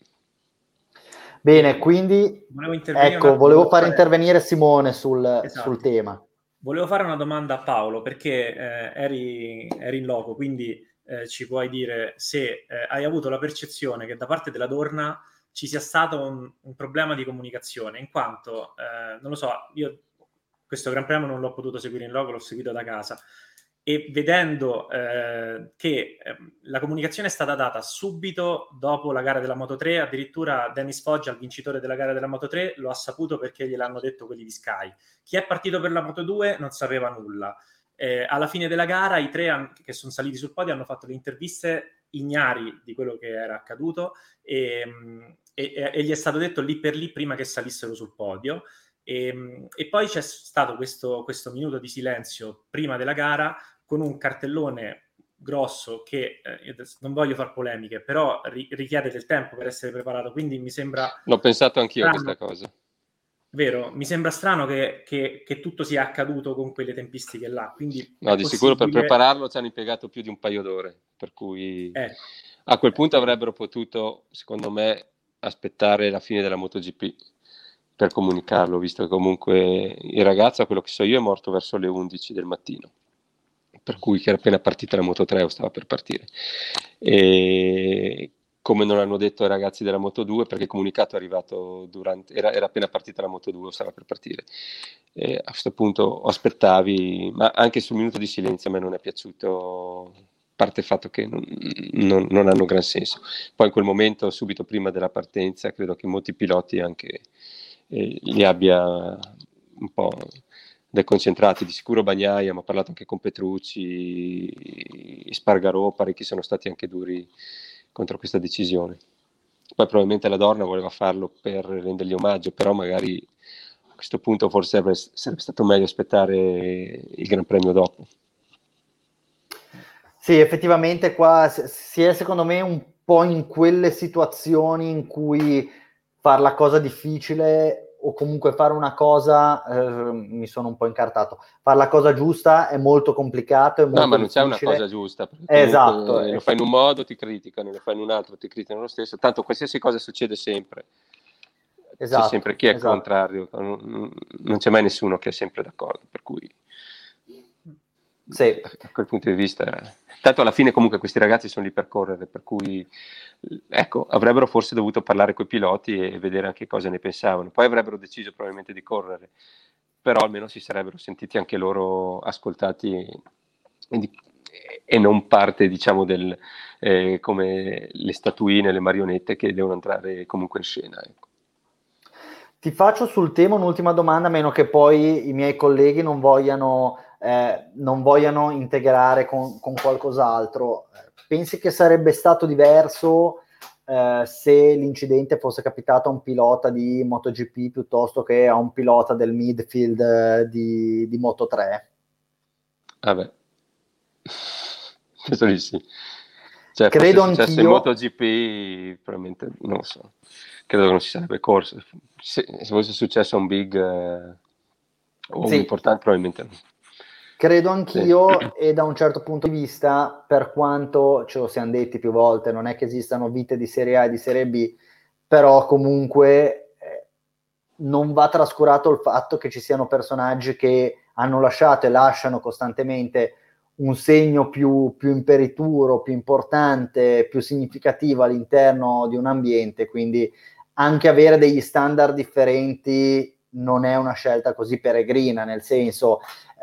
Bene, quindi volevo fare intervenire Simone sul tema. Volevo fare una domanda a Paolo, perché eri in loco, quindi ci puoi dire se hai avuto la percezione che da parte della Dorna ci sia stato un problema di comunicazione, in quanto, non lo so, io questo Gran Premio non l'ho potuto seguire in loco, l'ho seguito da casa, e vedendo che la comunicazione è stata data subito dopo la gara della Moto3, addirittura Dennis Foggia, il vincitore della gara della Moto3, lo ha saputo perché gliel'hanno detto quelli di Sky. Chi è partito per la Moto2 non sapeva nulla. Alla fine della gara i tre che sono saliti sul podio hanno fatto le interviste ignari di quello che era accaduto e gli è stato detto lì per lì prima che salissero sul podio. E poi c'è stato questo minuto di silenzio prima della gara con un cartellone grosso che non voglio far polemiche, però richiede del tempo per essere preparato, quindi mi sembra... L'ho pensato anch'io a questa cosa. Vero, mi sembra strano che tutto sia accaduto con quelle tempistiche là. Quindi no, di sicuro per prepararlo ci hanno impiegato più di un paio d'ore, per cui a quel punto avrebbero potuto, secondo me, aspettare la fine della MotoGP per comunicarlo, visto che comunque il ragazzo, a quello che so io, è morto verso le 11 del mattino, per cui che era appena partita la Moto3 o stava per partire, e come non hanno detto ai ragazzi della Moto2, perché il comunicato è arrivato era appena partita la Moto2 o stava per partire, e a questo punto aspettavi, ma anche sul minuto di silenzio a me non è piaciuto, a parte il fatto che non hanno gran senso. Poi in quel momento, subito prima della partenza, credo che molti piloti anche li abbia un po' deconcentrati. Di sicuro Bagnaia, ma ho parlato anche con Petrucci, Spargarò, parecchi sono stati anche duri contro questa decisione. Poi probabilmente la Dorna voleva farlo per rendergli omaggio, però magari a questo punto forse sarebbe stato meglio aspettare il Gran Premio dopo. Sì, effettivamente qua si è secondo me un po' in quelle situazioni in cui fare la cosa difficile o comunque fare una cosa, mi sono un po' incartato, fare la cosa giusta è molto complicato, è molto no, ma non difficile. C'è una cosa giusta, esatto, lo fai in un modo, ti criticano, lo fai in un altro, ti criticano lo stesso, tanto qualsiasi cosa succede sempre, esatto, c'è sempre chi è contrario, non c'è mai nessuno che è sempre d'accordo, per cui sì. A quel punto di vista, tanto alla fine comunque questi ragazzi sono lì per correre, per cui ecco, avrebbero forse dovuto parlare coi piloti e vedere anche cosa ne pensavano, poi avrebbero deciso probabilmente di correre, però almeno si sarebbero sentiti anche loro ascoltati e non parte, diciamo, come le statuine, le marionette che devono entrare comunque in scena, ecco. Ti faccio sul tema un'ultima domanda, a meno che poi i miei colleghi non vogliano integrare con qualcos'altro. Pensi che sarebbe stato diverso se l'incidente fosse capitato a un pilota di MotoGP piuttosto che a un pilota del midfield di Moto3? Vabbè, questo lì sì. Cioè, credo fosse successo anch'io. In MotoGP probabilmente non lo so, credo che non si sarebbe corso. Se fosse successo a un big o Sì. importante probabilmente no. Credo anch'io, e da un certo punto di vista, per quanto ce lo siamo detti più volte, non è che esistano vite di Serie A e di Serie B, però comunque non va trascurato il fatto che ci siano personaggi che hanno lasciato e lasciano costantemente un segno più imperituro, più importante, più significativo all'interno di un ambiente, quindi anche avere degli standard differenti non è una scelta così peregrina, nel senso,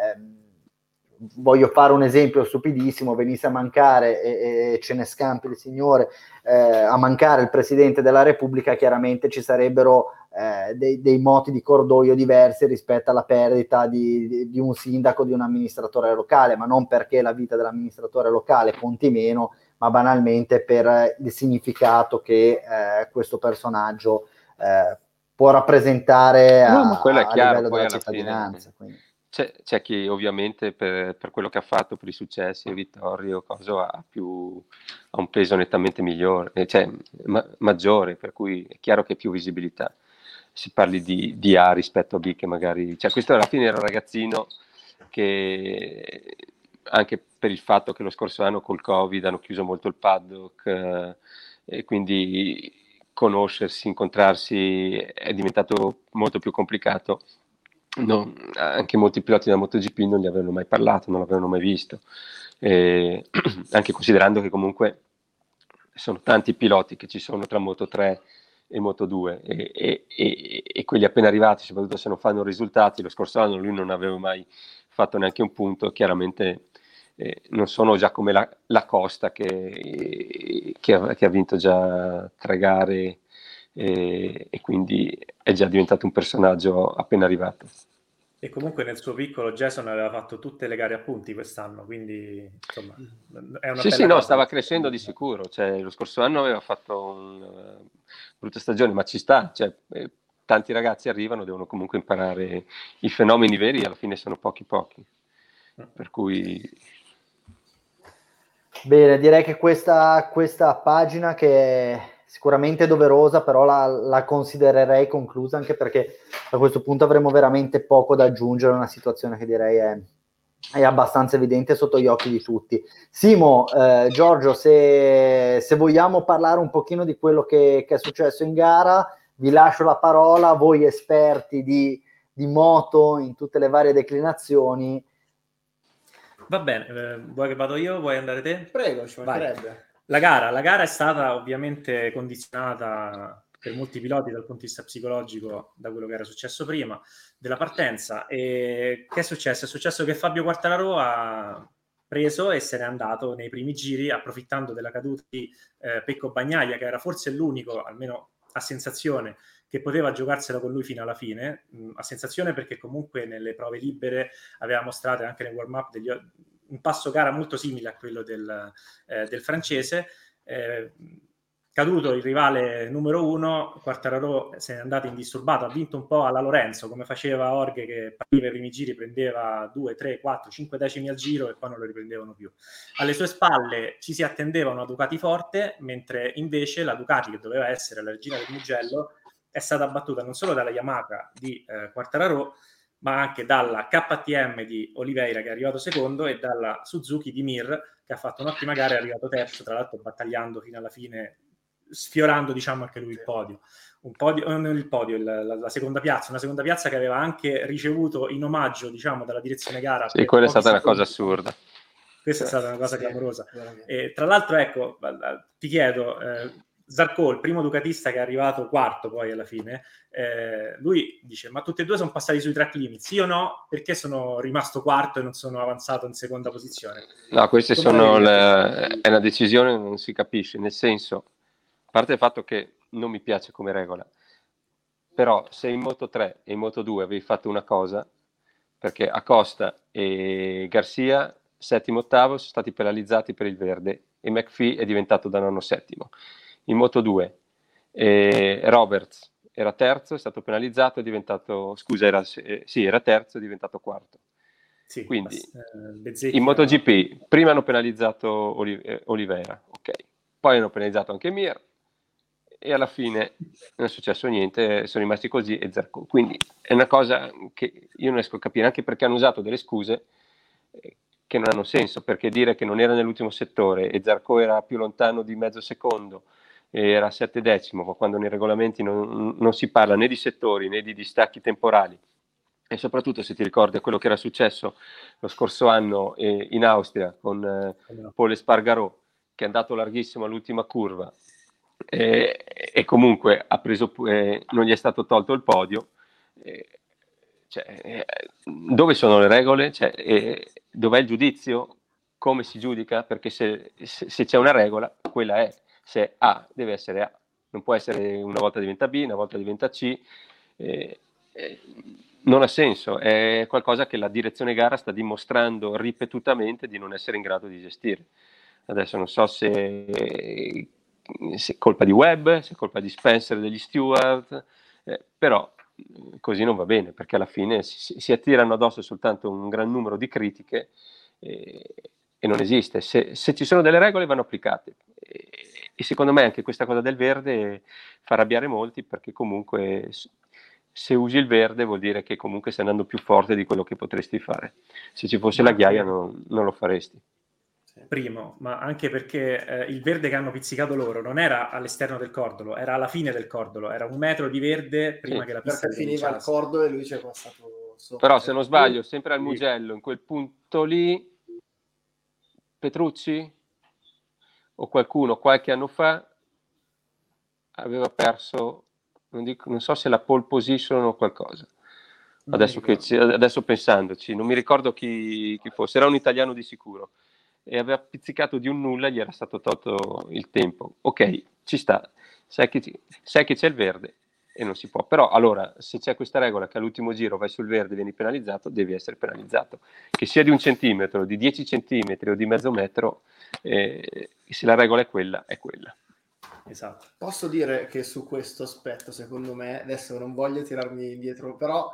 voglio fare un esempio stupidissimo, venisse a mancare, e ce ne scampi il Signore, a mancare il Presidente della Repubblica, chiaramente ci sarebbero dei moti di cordoglio diversi rispetto alla perdita di un sindaco, di un amministratore locale, ma non perché la vita dell'amministratore locale conti meno, ma banalmente per il significato che questo personaggio può rappresentare No, ma quello è a chiaro, livello poi della alla fine cittadinanza. Quindi. c'è chi ovviamente per quello che ha fatto, per i successi e vittorie o cosa, ha un peso nettamente migliore, cioè maggiore, per cui è chiaro che è più visibilità. Si parli di A rispetto a B, che magari, cioè questo alla fine era un ragazzino che, anche per il fatto che lo scorso anno col Covid hanno chiuso molto il paddock, e quindi conoscersi, incontrarsi è diventato molto più complicato. No, anche molti piloti della MotoGP non gli avevano mai parlato, non l'avevano mai visto, anche considerando che comunque sono tanti piloti che ci sono tra Moto3 e Moto2, e quelli appena arrivati, soprattutto se non fanno risultati. Lo scorso anno lui non aveva mai fatto neanche un punto, chiaramente non sono già come la Costa che ha vinto già 3 gare, e quindi è già diventato un personaggio appena arrivato. E comunque nel suo piccolo Jason aveva fatto tutte le gare a punti quest'anno, quindi insomma è una bella No, cosa. stava crescendo di sicuro, cioè, lo scorso anno aveva fatto una brutta stagione, ma ci sta, cioè, tanti ragazzi arrivano, devono comunque imparare i fenomeni veri, alla fine sono pochi, per cui... Bene, direi che questa pagina, che è sicuramente doverosa, però la considererei conclusa, anche perché a questo punto avremo veramente poco da aggiungere a una situazione che direi è abbastanza evidente sotto gli occhi di tutti. Simo, Giorgio, se vogliamo parlare un pochino di quello che è successo in gara, vi lascio la parola, voi esperti di moto in tutte le varie declinazioni. Va bene, vuoi che vado io? Vuoi andare te? Prego, ci mancherebbe. La gara è stata ovviamente condizionata per molti piloti dal punto di vista psicologico da quello che era successo prima della partenza. E che è successo? È successo che Fabio Quartararo ha preso e se n'è andato nei primi giri, approfittando della caduta di Pecco Bagnaia, che era forse l'unico, almeno a sensazione, che poteva giocarsela con lui fino alla fine, a sensazione, perché comunque nelle prove libere aveva mostrato anche nel warm-up un passo gara molto simile a quello del francese. Caduto il rivale numero 1, Quartararo se n'è andato indisturbato, ha vinto un po' alla Lorenzo, come faceva Jorge, che partiva i primi giri, prendeva 2, 3, 4, 5 decimi al giro e poi non lo riprendevano più. Alle sue spalle ci si attendeva una Ducati forte, mentre invece la Ducati, che doveva essere la regina del Mugello, è stata battuta non solo dalla Yamaha di Quartararo, ma anche dalla KTM di Oliveira, che è arrivato secondo, e dalla Suzuki di Mir, che ha fatto un'ottima gara, è arrivato terzo, tra l'altro battagliando fino alla fine, sfiorando diciamo anche lui il podio. Non il podio, la seconda piazza, una seconda piazza che aveva anche ricevuto in omaggio, diciamo, dalla direzione gara. Sì, quella è stata una cosa assurda. Questa è stata una cosa clamorosa. E, tra l'altro, ecco, ti chiedo, Zarco, il primo ducatista che è arrivato quarto poi alla fine, lui dice: ma tutti e due sono passati sui track limits, io no, perché sono rimasto quarto e non sono avanzato in seconda posizione? No, queste sono è una decisione, non si capisce, nel senso, a parte il fatto che non mi piace come regola, però se in Moto3 e in Moto2 avevi fatto una cosa, perché Acosta e Garcia settimo ottavo sono stati penalizzati per il verde e McPhee è diventato da nono settimo. In Moto2 Roberts era terzo, è stato penalizzato, è diventato, era terzo, è diventato quarto. Sì, quindi Bezzecchi, in MotoGP prima hanno penalizzato Oliveira, ok, poi hanno penalizzato anche Mir, e alla fine non è successo niente, sono rimasti così e Zarco. Quindi è una cosa che io non riesco a capire, anche perché hanno usato delle scuse che non hanno senso, perché dire che non era nell'ultimo settore e Zarco era più lontano di mezzo secondo, era 7/10, ma quando nei regolamenti non si parla né di settori né di distacchi temporali, e soprattutto se ti ricordi quello che era successo lo scorso anno in Austria con Paul Espargaró, che è andato larghissimo all'ultima curva e comunque ha preso, non gli è stato tolto il podio. Dove sono le regole? Dov'è il giudizio? Come si giudica? Perché se c'è una regola, quella è. Se è A, deve essere A. Non può essere una volta diventa B, una volta diventa C. Non ha senso. È qualcosa che la direzione gara sta dimostrando ripetutamente di non essere in grado di gestire. Adesso non so se è colpa di Webb, se è colpa di Spencer e degli steward, però così non va bene, perché alla fine si attirano addosso soltanto un gran numero di critiche e non esiste. Se ci sono delle regole vanno applicate e secondo me anche questa cosa del verde fa arrabbiare molti, perché comunque se usi il verde vuol dire che comunque stai andando più forte di quello che potresti fare. Se ci fosse la ghiaia non lo faresti. Primo, ma anche perché il verde che hanno pizzicato loro non era all'esterno del cordolo, era alla fine del cordolo, era 1 metro di verde prima che la pista perché finiva il cordolo e lui ci è passato sopra. Però se non sbaglio, sempre al Mugello, in quel punto lì, Petrucci o qualcuno qualche anno fa aveva perso, non so se la pole position o qualcosa. Adesso pensandoci, non mi ricordo chi fosse, era un italiano di sicuro, e aveva pizzicato di un nulla e gli era stato tolto il tempo. Ok, ci sta, sai che c'è il verde e non si può, però allora se c'è questa regola che all'ultimo giro vai sul verde e vieni penalizzato, devi essere penalizzato, che sia di 1 centimetro, di 10 centimetri o di mezzo metro, se la regola è quella, è quella. Esatto. Posso dire che su questo aspetto, secondo me, adesso non voglio tirarmi indietro, però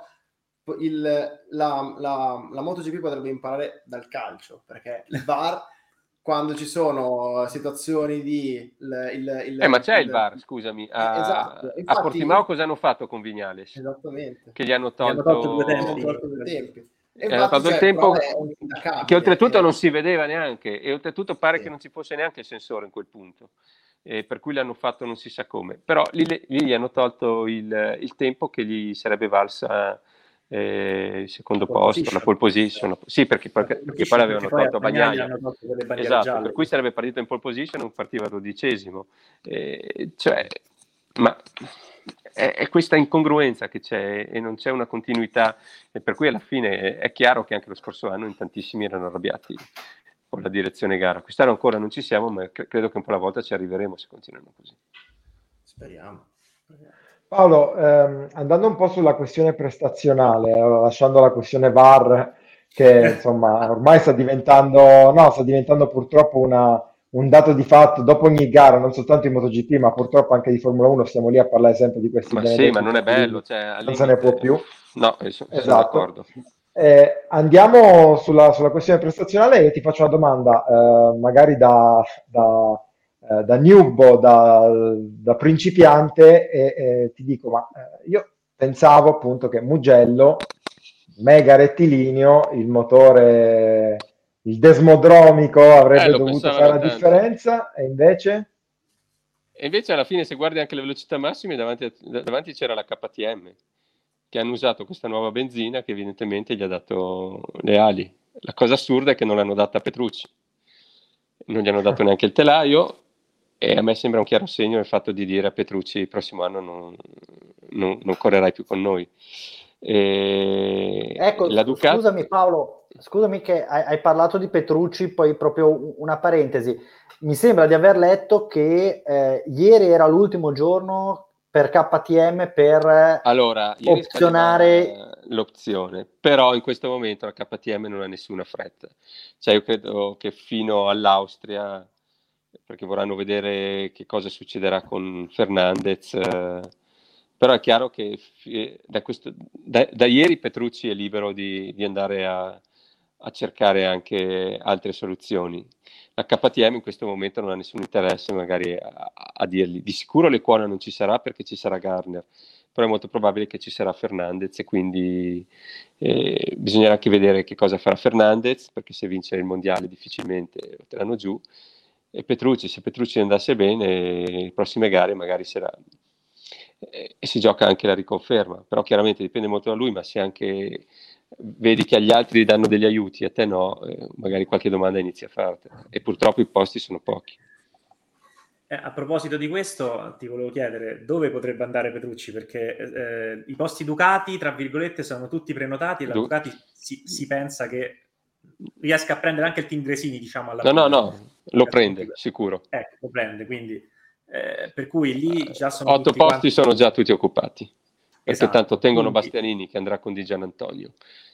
la MotoGP potrebbe imparare dal calcio, perché il VAR, quando ci sono situazioni di ma c'è il VAR, scusami, esatto. Infatti, a Portimao cosa hanno fatto con Vignales? Esattamente, che gli hanno tolto 2 tempi. Hanno tolto il tempo che oltretutto non si vedeva neanche, e oltretutto pare che non ci fosse neanche il sensore in quel punto, per cui l'hanno fatto non si sa come, però lì gli hanno tolto il tempo che gli sarebbe valsa il secondo posto, la pole position. Sì, perché poi l'avevano tolto a Bagnaia, esatto, per cui sarebbe partito in pole position e non partiva 12°, ma è questa incongruenza che c'è e non c'è una continuità, e per cui alla fine è chiaro che anche lo scorso anno in tantissimi erano arrabbiati con la direzione gara. Quest'anno ancora non ci siamo, ma credo che un po' alla volta ci arriveremo se continuano così. Speriamo. Paolo, andando un po' sulla questione prestazionale, lasciando la questione VAR, che insomma ormai sta diventando purtroppo un dato di fatto dopo ogni gara, non soltanto in MotoGP, ma purtroppo anche di Formula 1, stiamo lì a parlare sempre di questi benedetti. Ma non è bello, non se ne può più. No, sono esatto. d'accordo. Andiamo sulla questione prestazionale e ti faccio una domanda, magari da newbo, da principiante, e ti dico, ma io pensavo appunto che Mugello, mega rettilineo, il motore, il desmodromico avrebbe dovuto fare la differenza, e invece? E invece alla fine, se guardi anche le velocità massime, davanti c'era la KTM, che hanno usato questa nuova benzina che evidentemente gli ha dato le ali. La cosa assurda è che non l'hanno data a Petrucci, non gli hanno dato neanche il telaio, e a me sembra un chiaro segno il fatto di dire a Petrucci il prossimo anno non correrai più con noi. Ecco, la Ducati... Scusami Paolo, scusami che hai parlato di Petrucci, poi proprio una parentesi. Mi sembra di aver letto che ieri era l'ultimo giorno per KTM per opzionare l'opzione, però in questo momento la KTM non ha nessuna fretta. Cioè io credo che fino all'Austria, perché vorranno vedere che cosa succederà con Fernandez, però è chiaro che da ieri Petrucci è libero di andare a a cercare anche altre soluzioni. La KTM in questo momento non ha nessun interesse magari a dirgli. Di sicuro Lecuona non ci sarà perché ci sarà Garner, però è molto probabile che ci sarà Fernandez, e quindi bisognerà anche vedere che cosa farà Fernandez, perché se vince il mondiale difficilmente lo terranno giù, e Petrucci, se Petrucci andasse bene, le prossime gare magari sarà, e si gioca anche la riconferma, però chiaramente dipende molto da lui, ma se anche vedi che agli altri danno degli aiuti, a te no, magari qualche domanda inizia a fartela, e purtroppo i posti sono pochi. A proposito di questo, ti volevo chiedere dove potrebbe andare Petrucci, perché i posti Ducati, tra virgolette, sono tutti prenotati, e la Ducati si pensa che riesca a prendere anche il team Gresini, diciamo, alla fine. No, lo prende, sicuro. Lo prende, quindi per cui lì già sono 8 tutti posti quanti... sono già tutti occupati, perché esatto, tanto tengono quindi... Bastianini che andrà con Di Gianantonio.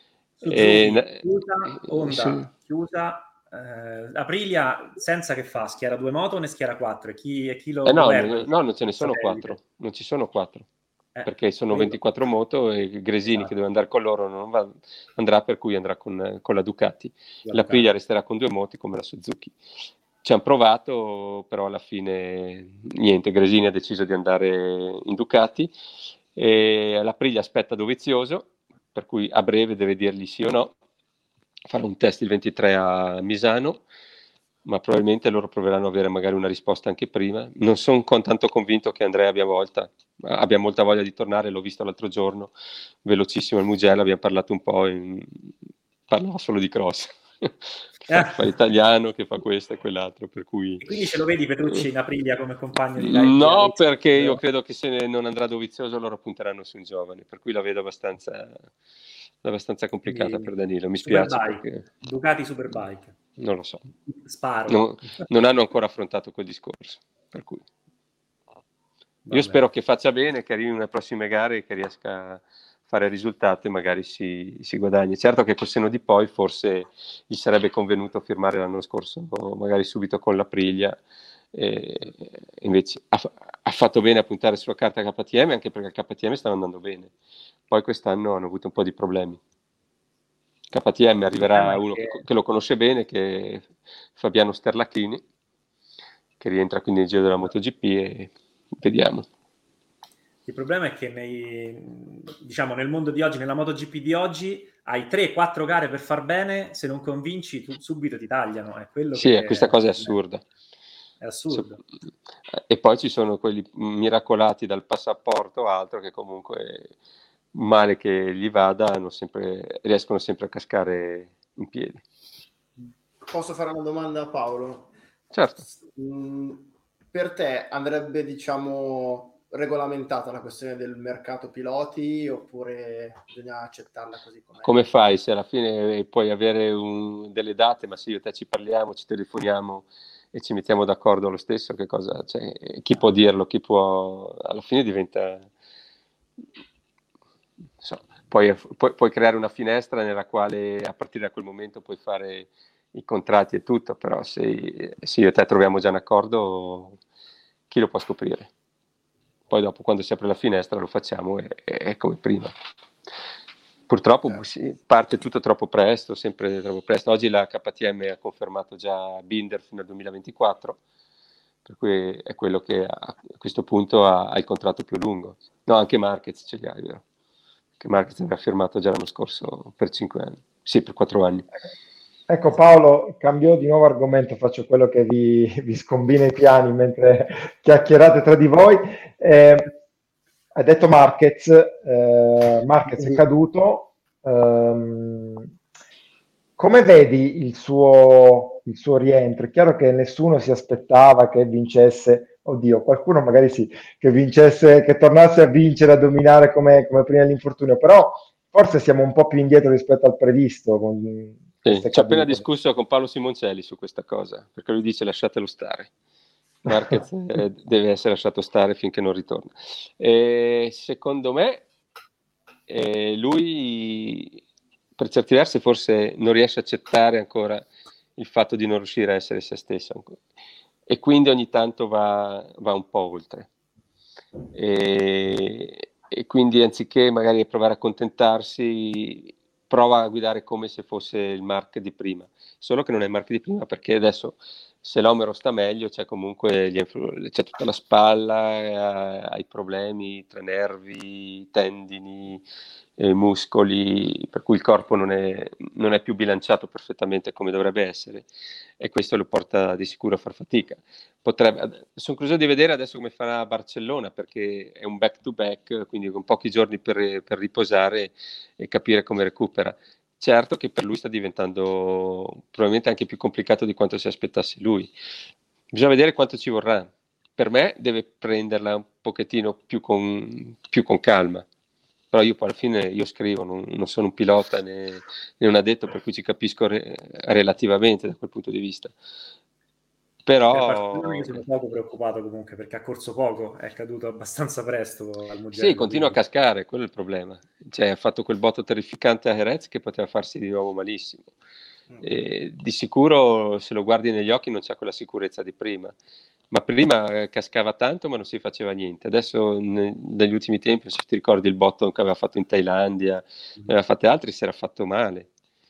chiusa, Honda chiusa, Aprilia senza, che fa? Schiera 2 moto o ne schiera 4? E chi lo governa? No, non ce ne sono 4, non ci sono 4, perché sono 24 moto, e Gresini, esatto, che deve andare con loro non andrà, per cui andrà con la Ducati. L'Aprilia resterà con 2 moti come la Suzuki. Ci hanno provato, però alla fine niente, Gresini ha deciso di andare in Ducati, e l'Aprilia aspetta Dovizioso, per cui a breve deve dirgli sì o no. Farò un test il 23 a Misano, ma probabilmente loro proveranno ad avere magari una risposta anche prima. Non sono tanto convinto che Andrea abbia molta voglia di tornare. L'ho visto l'altro giorno, velocissimo al Mugello, abbiamo parlato un po', parlava solo di cross. Fa l'italiano che fa questo e quell'altro, per cui... E quindi ce lo vedi Petrucci in Aprilia come compagno di No, perché io credo che se non andrà Dovizioso loro punteranno su un giovane, per cui la vedo abbastanza complicata. Quindi, per Danilo, mi spiace perché... Ducati Superbike, non lo so, sparo. Non hanno ancora affrontato quel discorso, per cui io spero che faccia bene, che arrivi nelle prossime gare e che riesca a fare risultato, e magari si guadagni. Certo che col senno di poi forse gli sarebbe convenuto firmare l'anno scorso magari subito con l'Aprilia, invece ha fatto bene a puntare sulla carta KTM, anche perché il KTM stava andando bene. Poi quest'anno hanno avuto un po' di problemi. KTM arriverà uno che lo conosce bene, che è Fabiano Sterlachini, che rientra quindi nel giro della MotoGP, e vediamo. Il problema è che nel mondo di oggi, nella MotoGP di oggi, hai 3-4 gare per far bene, se non convinci tu subito ti tagliano. È quello questa cosa è assurda. È assurdo. E poi ci sono quelli miracolati dal passaporto, altro, che comunque male che gli vada riescono sempre a cascare in piedi. Posso fare una domanda a Paolo? Certo. Per te andrebbe, regolamentata la questione del mercato piloti, oppure bisogna accettarla così com'è? Come fai se alla fine puoi avere delle date, ma se io e te ci parliamo, ci telefoniamo e ci mettiamo d'accordo lo stesso, che cosa, chi può dirlo, alla fine diventa... Puoi creare una finestra nella quale a partire da quel momento puoi fare i contratti e tutto, però se io e te troviamo già un accordo, chi lo può scoprire? Poi dopo, quando si apre la finestra, lo facciamo e come prima. Purtroppo parte tutto troppo presto, sempre troppo presto. Oggi la KTM ha confermato già Binder fino al 2024, per cui è quello che a questo punto ha il contratto più lungo. No, anche Marquez ce li ha, vero? Che Marquez aveva firmato già l'anno scorso per 5 anni. Sì, per 4 anni. Ecco Paolo, cambio di nuovo argomento, faccio quello che vi scombina i piani mentre chiacchierate tra di voi. Hai detto Marquez è caduto. Come vedi il suo rientro? È chiaro che nessuno si aspettava che vincesse, oddio, qualcuno magari sì, che vincesse, che tornasse a vincere, a dominare come prima dell'infortunio, però forse siamo un po' più indietro rispetto al previsto. Ci ho appena discusso con Paolo Simoncelli su questa cosa, perché lui dice lasciatelo stare. Marquez deve essere lasciato stare finché non ritorna. Secondo me lui per certi versi forse non riesce a accettare ancora il fatto di non riuscire a essere se stesso ancora. E quindi ogni tanto va un po' oltre. E quindi anziché magari provare a accontentarsi, prova a guidare come se fosse il Mark di prima, solo che non è il Mark di prima, perché adesso se l'Omero sta meglio c'è comunque c'è tutta la spalla, ha i problemi tra nervi, tendini, muscoli, per cui il corpo non è più bilanciato perfettamente come dovrebbe essere, e questo lo porta di sicuro a far fatica. Sono curioso di vedere adesso come farà a Barcellona, perché è un back to back, quindi con pochi giorni per riposare e capire come recupera. Certo che per lui sta diventando probabilmente anche più complicato di quanto si aspettasse lui. Bisogna vedere quanto ci vorrà. Per me deve prenderla un pochettino più con calma. Però io poi alla fine io scrivo, non sono un pilota né un addetto, per cui ci capisco relativamente da quel punto di vista. Però io sono poco preoccupato comunque, perché ha corso poco, è caduto abbastanza presto al Mugello. Sì, continua a cascare, quello è il problema. Cioè, ha fatto quel botto terrificante a Jerez che poteva farsi di nuovo malissimo. E di sicuro, se lo guardi negli occhi, non c'è quella sicurezza di prima. Ma prima cascava tanto, ma non si faceva niente. Adesso, negli ultimi tempi, se ti ricordi il botto che aveva fatto in Thailandia, ne aveva fatte altri, si era fatto male.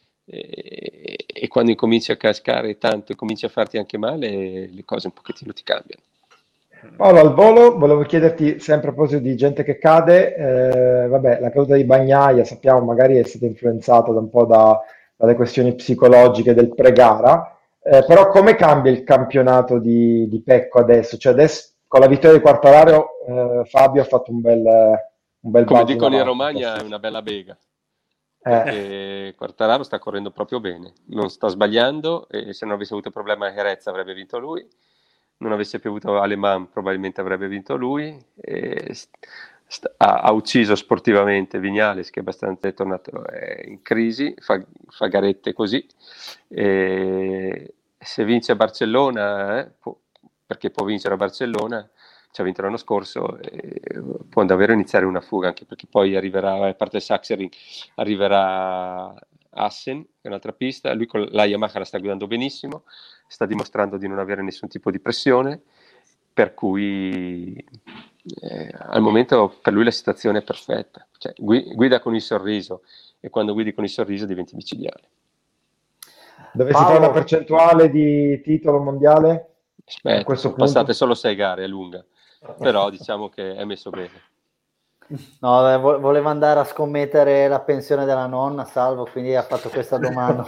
E quando incominci a cascare tanto e cominci a farti anche male, le cose un pochettino ti cambiano. Paolo, al volo volevo chiederti sempre a proposito di gente che cade, vabbè, la caduta di Bagnaia sappiamo magari è stata influenzata da un po' dalle questioni psicologiche del pre-gara, però come cambia il campionato di Pecco adesso? Cioè adesso con la vittoria di Quartararo Fabio ha fatto un bel Come balzo in dicono in avanti, Romagna, è una bella bega. Perché Quartararo sta correndo proprio bene, non sta sbagliando, e se non avesse avuto problema a Jerez avrebbe vinto lui, non avesse più avuto Le Mans probabilmente avrebbe vinto lui, e ha ucciso sportivamente Viñales, che è tornato in crisi, fa garette così, e se vince a Barcellona, perché può vincere a Barcellona, ci ha vinto l'anno scorso, può davvero iniziare una fuga, anche perché poi arriverà, a parte Sachsenring, arriverà Assen, che è un'altra pista. Lui con la Yamaha la sta guidando benissimo, sta dimostrando di non avere nessun tipo di pressione, per cui al momento per lui la situazione è perfetta, cioè, guida con il sorriso, e quando guidi con il sorriso diventi micidiale. Dovessi fare una percentuale di titolo mondiale? Aspetta, sono passate solo 6 gare, è lunga, però diciamo che è messo bene. No, voleva andare a scommettere la pensione della nonna, Salvo, quindi ha fatto questa domanda.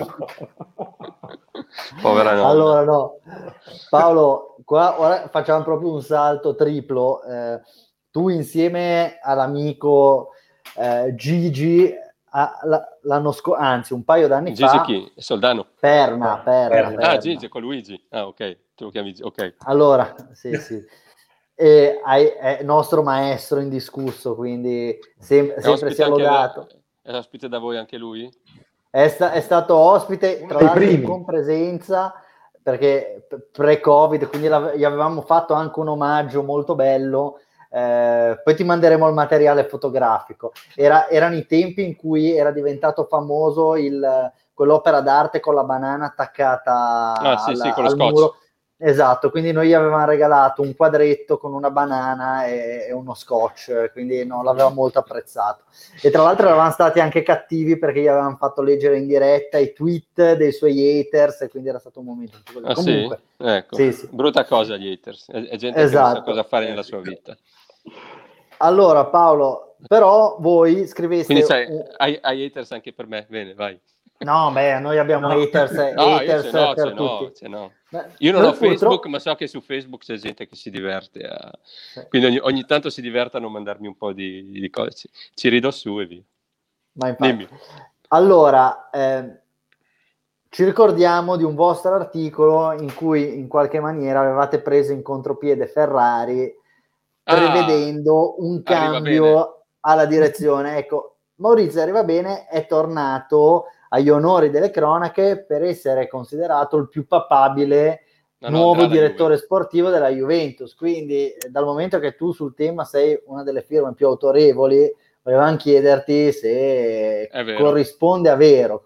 Povera nonna. Allora, no, Paolo, qua ora facciamo proprio un salto triplo. Tu insieme all'amico Gigi l'anno scorso, anzi un paio d'anni Gigi fa. Gigi chi? Soldano? Perna. Ah, Gigi con Luigi. Ah, ok, tu lo chiami ok. Allora, sì. E è nostro maestro indiscusso, quindi sempre sia lodato. È ospite da voi anche lui? È stato ospite, tra l'altro con presenza, perché pre-Covid, quindi gli avevamo fatto anche un omaggio molto bello. Poi ti manderemo il materiale fotografico. Erano i tempi in cui era diventato famoso quell'opera d'arte con la banana attaccata al muro. Esatto, quindi noi gli avevamo regalato un quadretto con una banana e uno scotch, quindi l'aveva molto apprezzato. E tra l'altro eravamo stati anche cattivi, perché gli avevamo fatto leggere in diretta i tweet dei suoi haters, e quindi era stato un momento così. Comunque, sì? Ecco, sì. Brutta cosa gli haters, è gente che non sa cosa fare nella sua vita. Allora Paolo, però voi scriveste... Quindi hai haters anche per me, bene, vai. No, noi abbiamo haters per tutti. Io non ho Facebook, ma so che su Facebook c'è gente che si diverte quindi ogni tanto si diverte a non mandarmi un po' di cose, ci rido su e via. Ma infatti. Dimmi. Allora, ci ricordiamo di un vostro articolo in cui in qualche maniera avevate preso in contropiede Ferrari, prevedendo un cambio alla direzione. Ecco, Maurizio Arrivabene è tornato agli onori delle cronache per essere considerato il più papabile nuovo direttore sportivo della Juventus. Quindi, dal momento che tu sul tema sei una delle firme più autorevoli, volevamo chiederti se corrisponde a vero.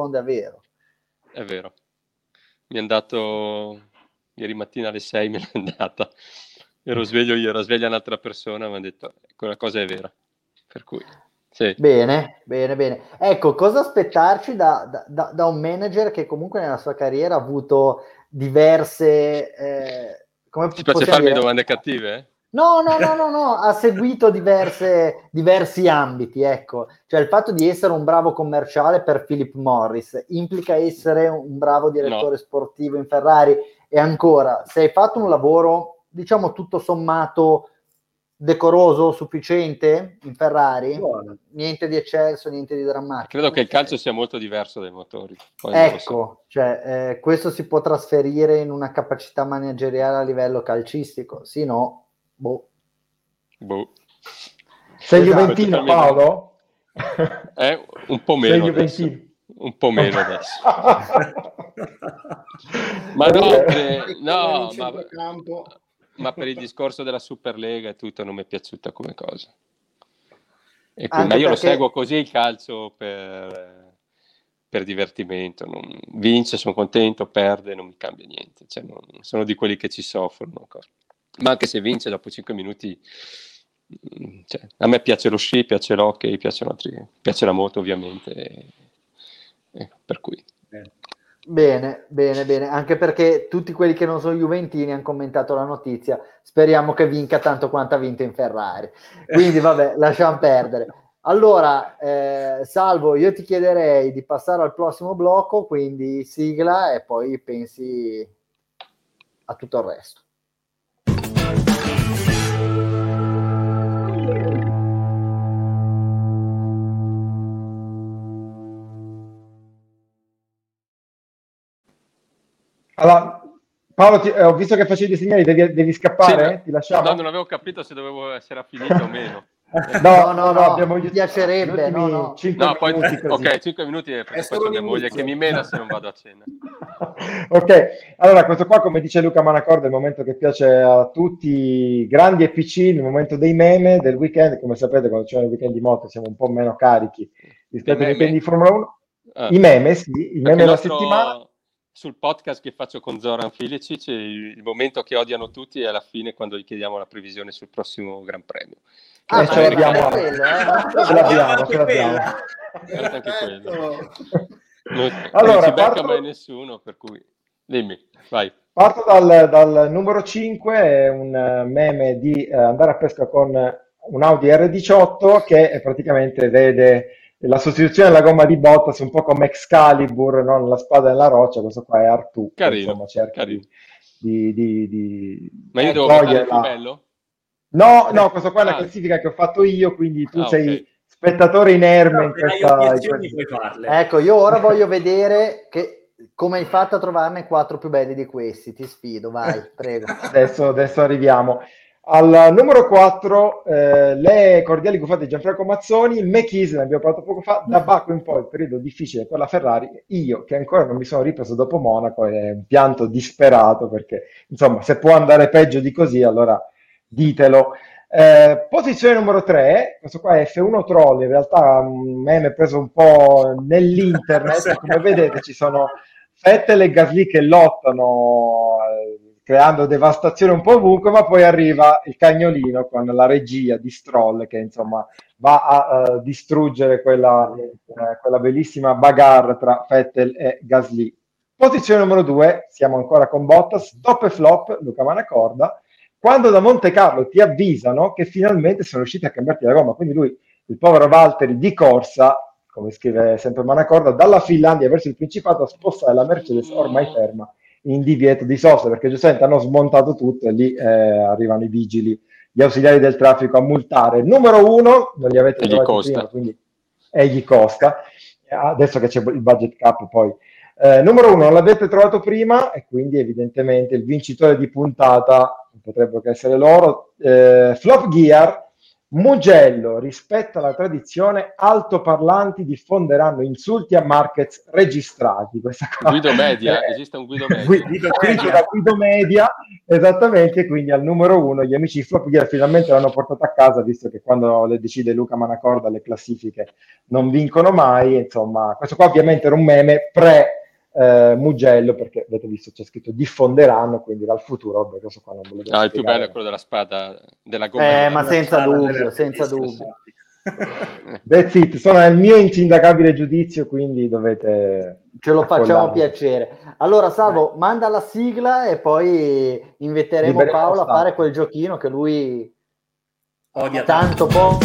È vero. Mi è andato ieri mattina alle 6, me l'è andata. Ero sveglio io, era sveglia un'altra persona, mi hanno detto quella cosa è vera. Per cui Sì. Bene. Ecco, cosa aspettarci da un manager che comunque nella sua carriera ha avuto diverse... come Ti piace possiamo farmi dire? domande cattive? No, ha seguito diversi ambiti, ecco. Cioè il fatto di essere un bravo commerciale per Philip Morris implica essere un bravo direttore No. sportivo in Ferrari, e ancora, se hai fatto un lavoro, diciamo tutto sommato decoroso, sufficiente in Ferrari, Buono. niente di eccelso, niente di drammatico. Credo che il Ok. calcio sia molto diverso dai motori. Poi non lo so. Ecco, cioè, questo si può trasferire in una capacità manageriale a livello calcistico, sì, no, boh. Boh. Sei Esatto. juventino, Paolo? Un po' Sei meno adesso. juventino? Un po' meno adesso. Ma ma per il discorso della Superlega e tutto non mi è piaciuta come cosa. E quindi, ma io lo seguo così il calcio per divertimento. Vince, sono contento, perde, non mi cambia niente. Cioè, sono di quelli che ci soffrono. Ma anche se vince dopo 5 minuti, cioè, a me piace lo sci, piace l'hockey, piace la moto ovviamente. Per cui... Bene, anche perché tutti quelli che non sono juventini hanno commentato la notizia, speriamo che vinca tanto quanto ha vinto in Ferrari, quindi vabbè, lasciamo perdere. Allora, Salvo, io ti chiederei di passare al prossimo blocco, quindi sigla, e poi pensi a tutto il resto. Allora, Paolo, ho visto che facevi dei segnali, devi scappare? Sì, Ti lasciamo? No, non avevo capito se era finito o meno. No, abbiamo mi piacerebbe, no. 5 poi, minuti così. Ok, 5 minuti perché poi c'è mia moglie che mi mena se non vado a cena. Ok, allora questo qua, come dice Luca Manacorda, è il momento che piace a tutti, grandi e piccini, il momento dei meme del weekend. Come sapete, quando c'è il weekend di moto siamo un po' meno carichi rispetto ai weekend di Formula 1. I meme, sì, i meme della settimana. Sul podcast che faccio con Zoran Filicic, il momento che odiano tutti è alla fine, quando gli chiediamo la previsione sul prossimo Gran Premio. Ce l'abbiamo. Anche quello. Allora, non ci becca mai nessuno, per cui dimmi, vai. Parto dal numero 5, è un meme di andare a pesca con un Audi R18 che praticamente vede la sostituzione della gomma di Bottas un po' come Excalibur, no? La spada nella roccia. Questo qua è Artù, Carino, insomma cerca carino. di Ma io devo votare il più bello? No, questo qua è la classifica che ho fatto io, quindi tu sei spettatore inerme in questa... Ecco, io ora voglio vedere come hai fatto a trovarne 4 più belli di questi, ti sfido, vai, prego. Adesso arriviamo. Al numero 4, le cordiali gufate di Gianfranco Mazzoni, McKees, ne abbiamo parlato poco fa, da Baku in poi, periodo difficile per la Ferrari, io che ancora non mi sono ripreso dopo Monaco, è un pianto disperato perché, insomma, se può andare peggio di così, allora ditelo. Posizione numero 3, questo qua è F1 Troll, in realtà un meme preso un po' nell'internet, come vedete ci sono Vettel e Gasly che lottano, creando devastazione un po' ovunque, ma poi arriva il cagnolino con la regia di Stroll che insomma va a distruggere quella bellissima bagarre tra Vettel e Gasly. Posizione numero 2, siamo ancora con Bottas, top e flop, Luca Manacorda, quando da Monte Carlo ti avvisano che finalmente sono riusciti a cambiarti la gomma, quindi lui, il povero Valtteri di corsa, come scrive sempre Manacorda, dalla Finlandia verso il Principato a spostare la Mercedes ormai ferma in divieto di sosta, perché giustamente hanno smontato tutto e lì arrivano i vigili, gli ausiliari del traffico a multare. Numero 1, non li avete trovati prima, quindi gli costa. Adesso che c'è il budget cap poi. Numero 1, non l'avete trovato prima e quindi evidentemente il vincitore di puntata potrebbe essere loro. Flop Gear, Mugello rispetta la tradizione, altoparlanti diffonderanno insulti a Marquez registrati. Questa Guido media, esiste un Guido media. Guido media, esattamente, quindi al numero 1 gli amici di Flop Gear finalmente l'hanno portato a casa, visto che quando le decide Luca Manacorda le classifiche non vincono mai, insomma, questo qua ovviamente era un meme Mugello, perché avete visto c'è scritto diffonderanno, quindi dal futuro, vabbè, questo qua non ve lo devo il più bello è quello della spada, della gomma. Ma senza dubbio. That's it, sono nel mio insindacabile giudizio, quindi dovete... Ce lo facciamo accollarvi. piacere. Allora, Salvo, manda la sigla e poi inviteremo Liberiamo Paolo a Salvo. fare quel giochino che lui Odia tanto può.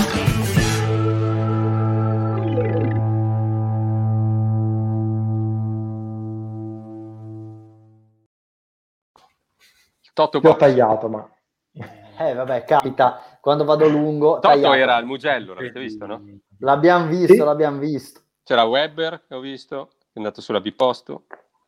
Toto Ti ho Box. tagliato, ma... Vabbè, capita, quando vado lungo, Toto tagliato. era il Mugello, l'avete visto, no? L'abbiamo visto, Sì. l'abbiamo visto. C'era Webber, che ho visto, che è andato sulla biposto.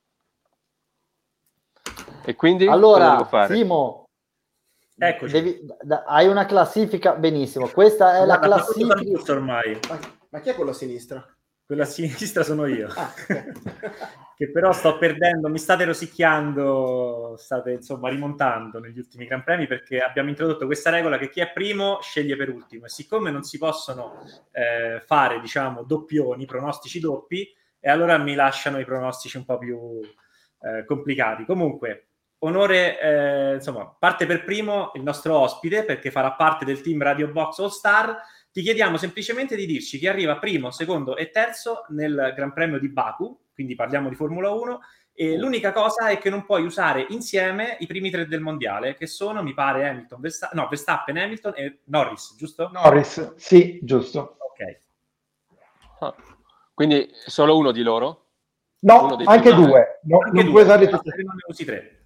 E quindi cosa devo Allora, fare? Simo, Eccoci. hai una classifica, benissimo. Questa è la Guarda, fa tutto classifica. Saluzzo ormai. Ma chi è quello a sinistra? Quella a sinistra sono io. Ah, Che però sto perdendo, mi state rosicchiando, state insomma rimontando negli ultimi Gran Premi, perché abbiamo introdotto questa regola che chi è primo sceglie per ultimo, e siccome non si possono fare, diciamo, doppioni, pronostici doppi, e allora mi lasciano i pronostici un po' più complicati. Comunque, onore, insomma, parte per primo il nostro ospite, perché farà parte del team Radio Box All Star. Ti chiediamo semplicemente di dirci chi arriva primo, secondo e terzo nel Gran Premio di Baku, quindi parliamo di Formula 1, e l'unica cosa è che non puoi usare insieme i primi tre del mondiale, che sono, mi pare, Verstappen, Hamilton e Norris, giusto? Norris, sì, giusto. Ok. Ah. Quindi solo uno di loro? No, Uno dei anche primi. due. No, Anche non due, puoi usare basta tutti. che non ne usi tre.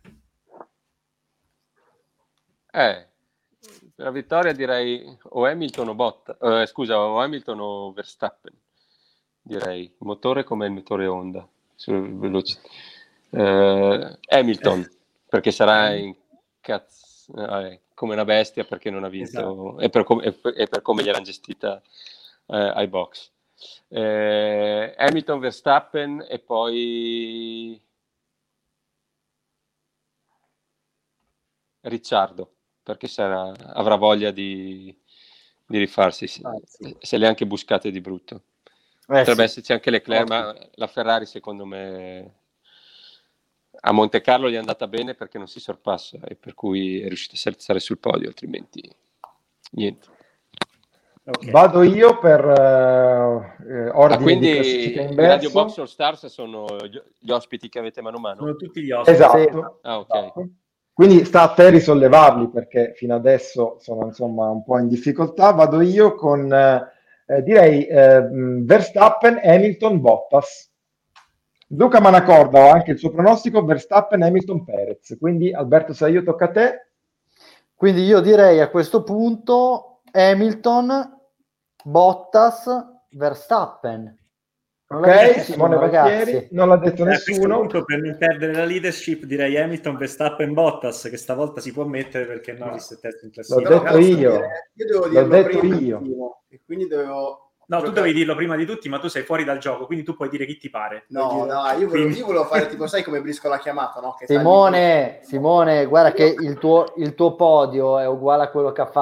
Per la vittoria direi o Hamilton o o Hamilton o Verstappen. Direi motore come il motore Honda. Hamilton, perché sarà come una bestia perché non ha vinto, Esatto. e per come gliel'hanno gestita ai box. Hamilton, Verstappen e poi Ricciardo, perché avrà voglia di rifarsi, se le ha anche buscate di brutto. Potrebbe esserci anche Leclerc, ma la Ferrari secondo me a Monte Carlo gli è andata bene perché non si sorpassa e per cui è riuscito a stare sul podio, altrimenti niente. Okay. Vado io per ordine di classifica quindi inverso. Radio Box All Stars sono gli ospiti che avete mano a mano? Sono tutti gli ospiti. Esatto. Ok. Esatto. Quindi sta a te risollevarli perché fino adesso sono insomma un po' in difficoltà. Vado io con direi Verstappen, Hamilton, Bottas. Luca Manacorda ha anche il suo pronostico Verstappen, Hamilton, Perez. Quindi Alberto Saio, tocca a te. Quindi io direi a questo punto Hamilton, Bottas, Verstappen. Ok, Simone Valtieri, non l'ha detto nessuno. A questo punto, per non perdere la leadership, direi Hamilton, Verstappen, Bottas, che stavolta si può mettere perché Norris è terzo in classifica. L'ho detto io. Io devo L'ho dirlo detto prima io. E quindi dovevo... No, tu devi dirlo prima di tutti, ma tu sei fuori dal gioco, quindi tu puoi dire chi ti pare. No, io volevo fare tipo, sai come Brisco l'ha chiamato, no? Che Simone, guarda che il tuo podio è uguale a quello che ha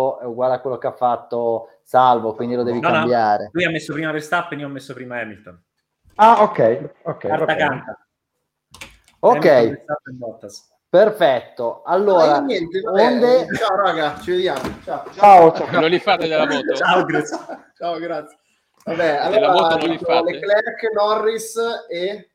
fatto Salvo, quindi lo devi cambiare. No. Lui ha messo prima Verstappen, io ho messo prima Hamilton. Ah, ok. Carta canta. Ok. Verstappen, Bottas. Perfetto, allora onde... ciao raga, ci vediamo. Ciao. Non li fate della moto? Ciao, grazie. Vabbè, allora moto non li fate. Leclerc, Norris e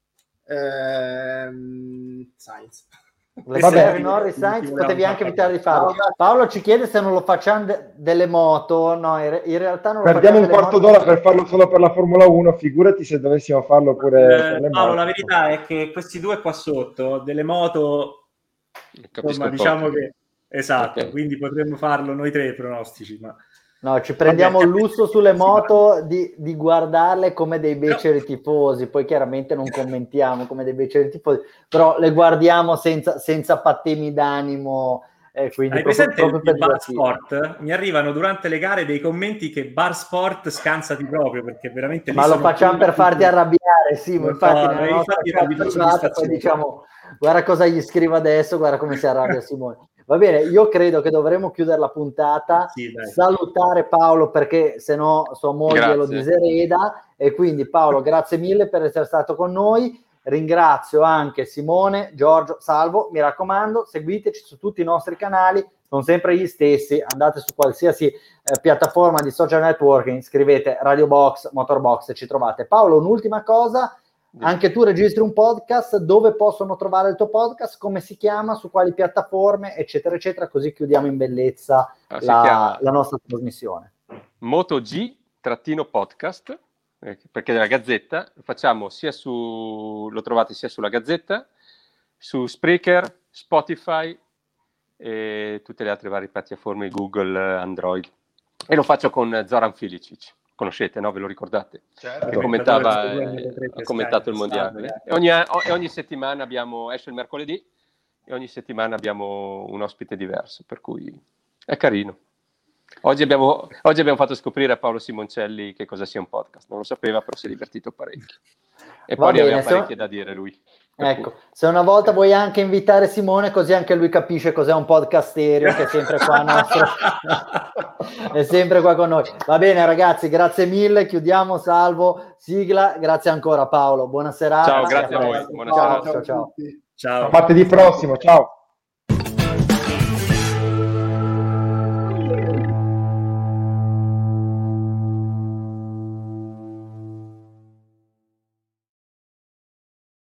Sainz. Leclerc, Norris, Sainz, potevi anche evitare di farlo. Paolo ci chiede se non lo facciamo delle moto. No, in realtà non lo perdiamo un quarto d'ora per farlo solo per la Formula 1, figurati se dovessimo farlo pure per le Paolo, moto. la verità è che questi due qua sotto delle moto, insomma, diciamo che esatto, okay. Quindi potremmo farlo noi tre pronostici, ma no, ci prendiamo il lusso sulle moto di guardarle come dei beceri tifosi, poi chiaramente non commentiamo come dei beceri tifosi, però le guardiamo senza patemi d'animo. Quindi hai presente il Bar Sport? Mi arrivano durante le gare dei commenti che Bar Sport scansati proprio, perché veramente... Ma lo facciamo per farti arrabbiare, sì, infatti nella nostra chat poi diciamo, guarda cosa gli scrivo adesso, guarda come si arrabbia Simone. Va bene, io credo che dovremmo chiudere la puntata, salutare Paolo perché se no sua moglie lo disereda, e quindi Paolo grazie mille per essere stato con noi. ringrazio anche Simone, Giorgio, Salvo, mi raccomando, seguiteci su tutti i nostri canali, sono sempre gli stessi, andate su qualsiasi piattaforma di social networking, scrivete Radio Box, Motorbox e ci trovate. Paolo, un'ultima cosa, anche tu registri un podcast, dove possono trovare il tuo podcast, come si chiama, su quali piattaforme, eccetera, eccetera, così chiudiamo in bellezza la nostra trasmissione. MotoG-podcast, perché la Gazzetta lo facciamo lo trovate sia sulla Gazzetta, su Spreaker, Spotify e tutte le altre varie piattaforme, Google, Android, e lo faccio con Zoran Filicic, conoscete, no? Ve lo ricordate? Certo. Che ha commentato il mondiale. E ogni settimana esce il mercoledì e ogni settimana abbiamo un ospite diverso, per cui è carino. Oggi abbiamo fatto scoprire a Paolo Simoncelli che cosa sia un podcast, non lo sapeva, però si è divertito parecchio. E poi ne aveva parecchie da dire lui. Ecco, se una volta vuoi anche invitare Simone, così anche lui capisce cos'è un podcast stereo, che è sempre qua è sempre qua con noi. Va bene ragazzi, grazie mille, chiudiamo, Salvo, sigla, grazie ancora Paolo, buona serata. Ciao, grazie a voi, buona serata. Ciao. Ciao. Martedì prossimo, ciao.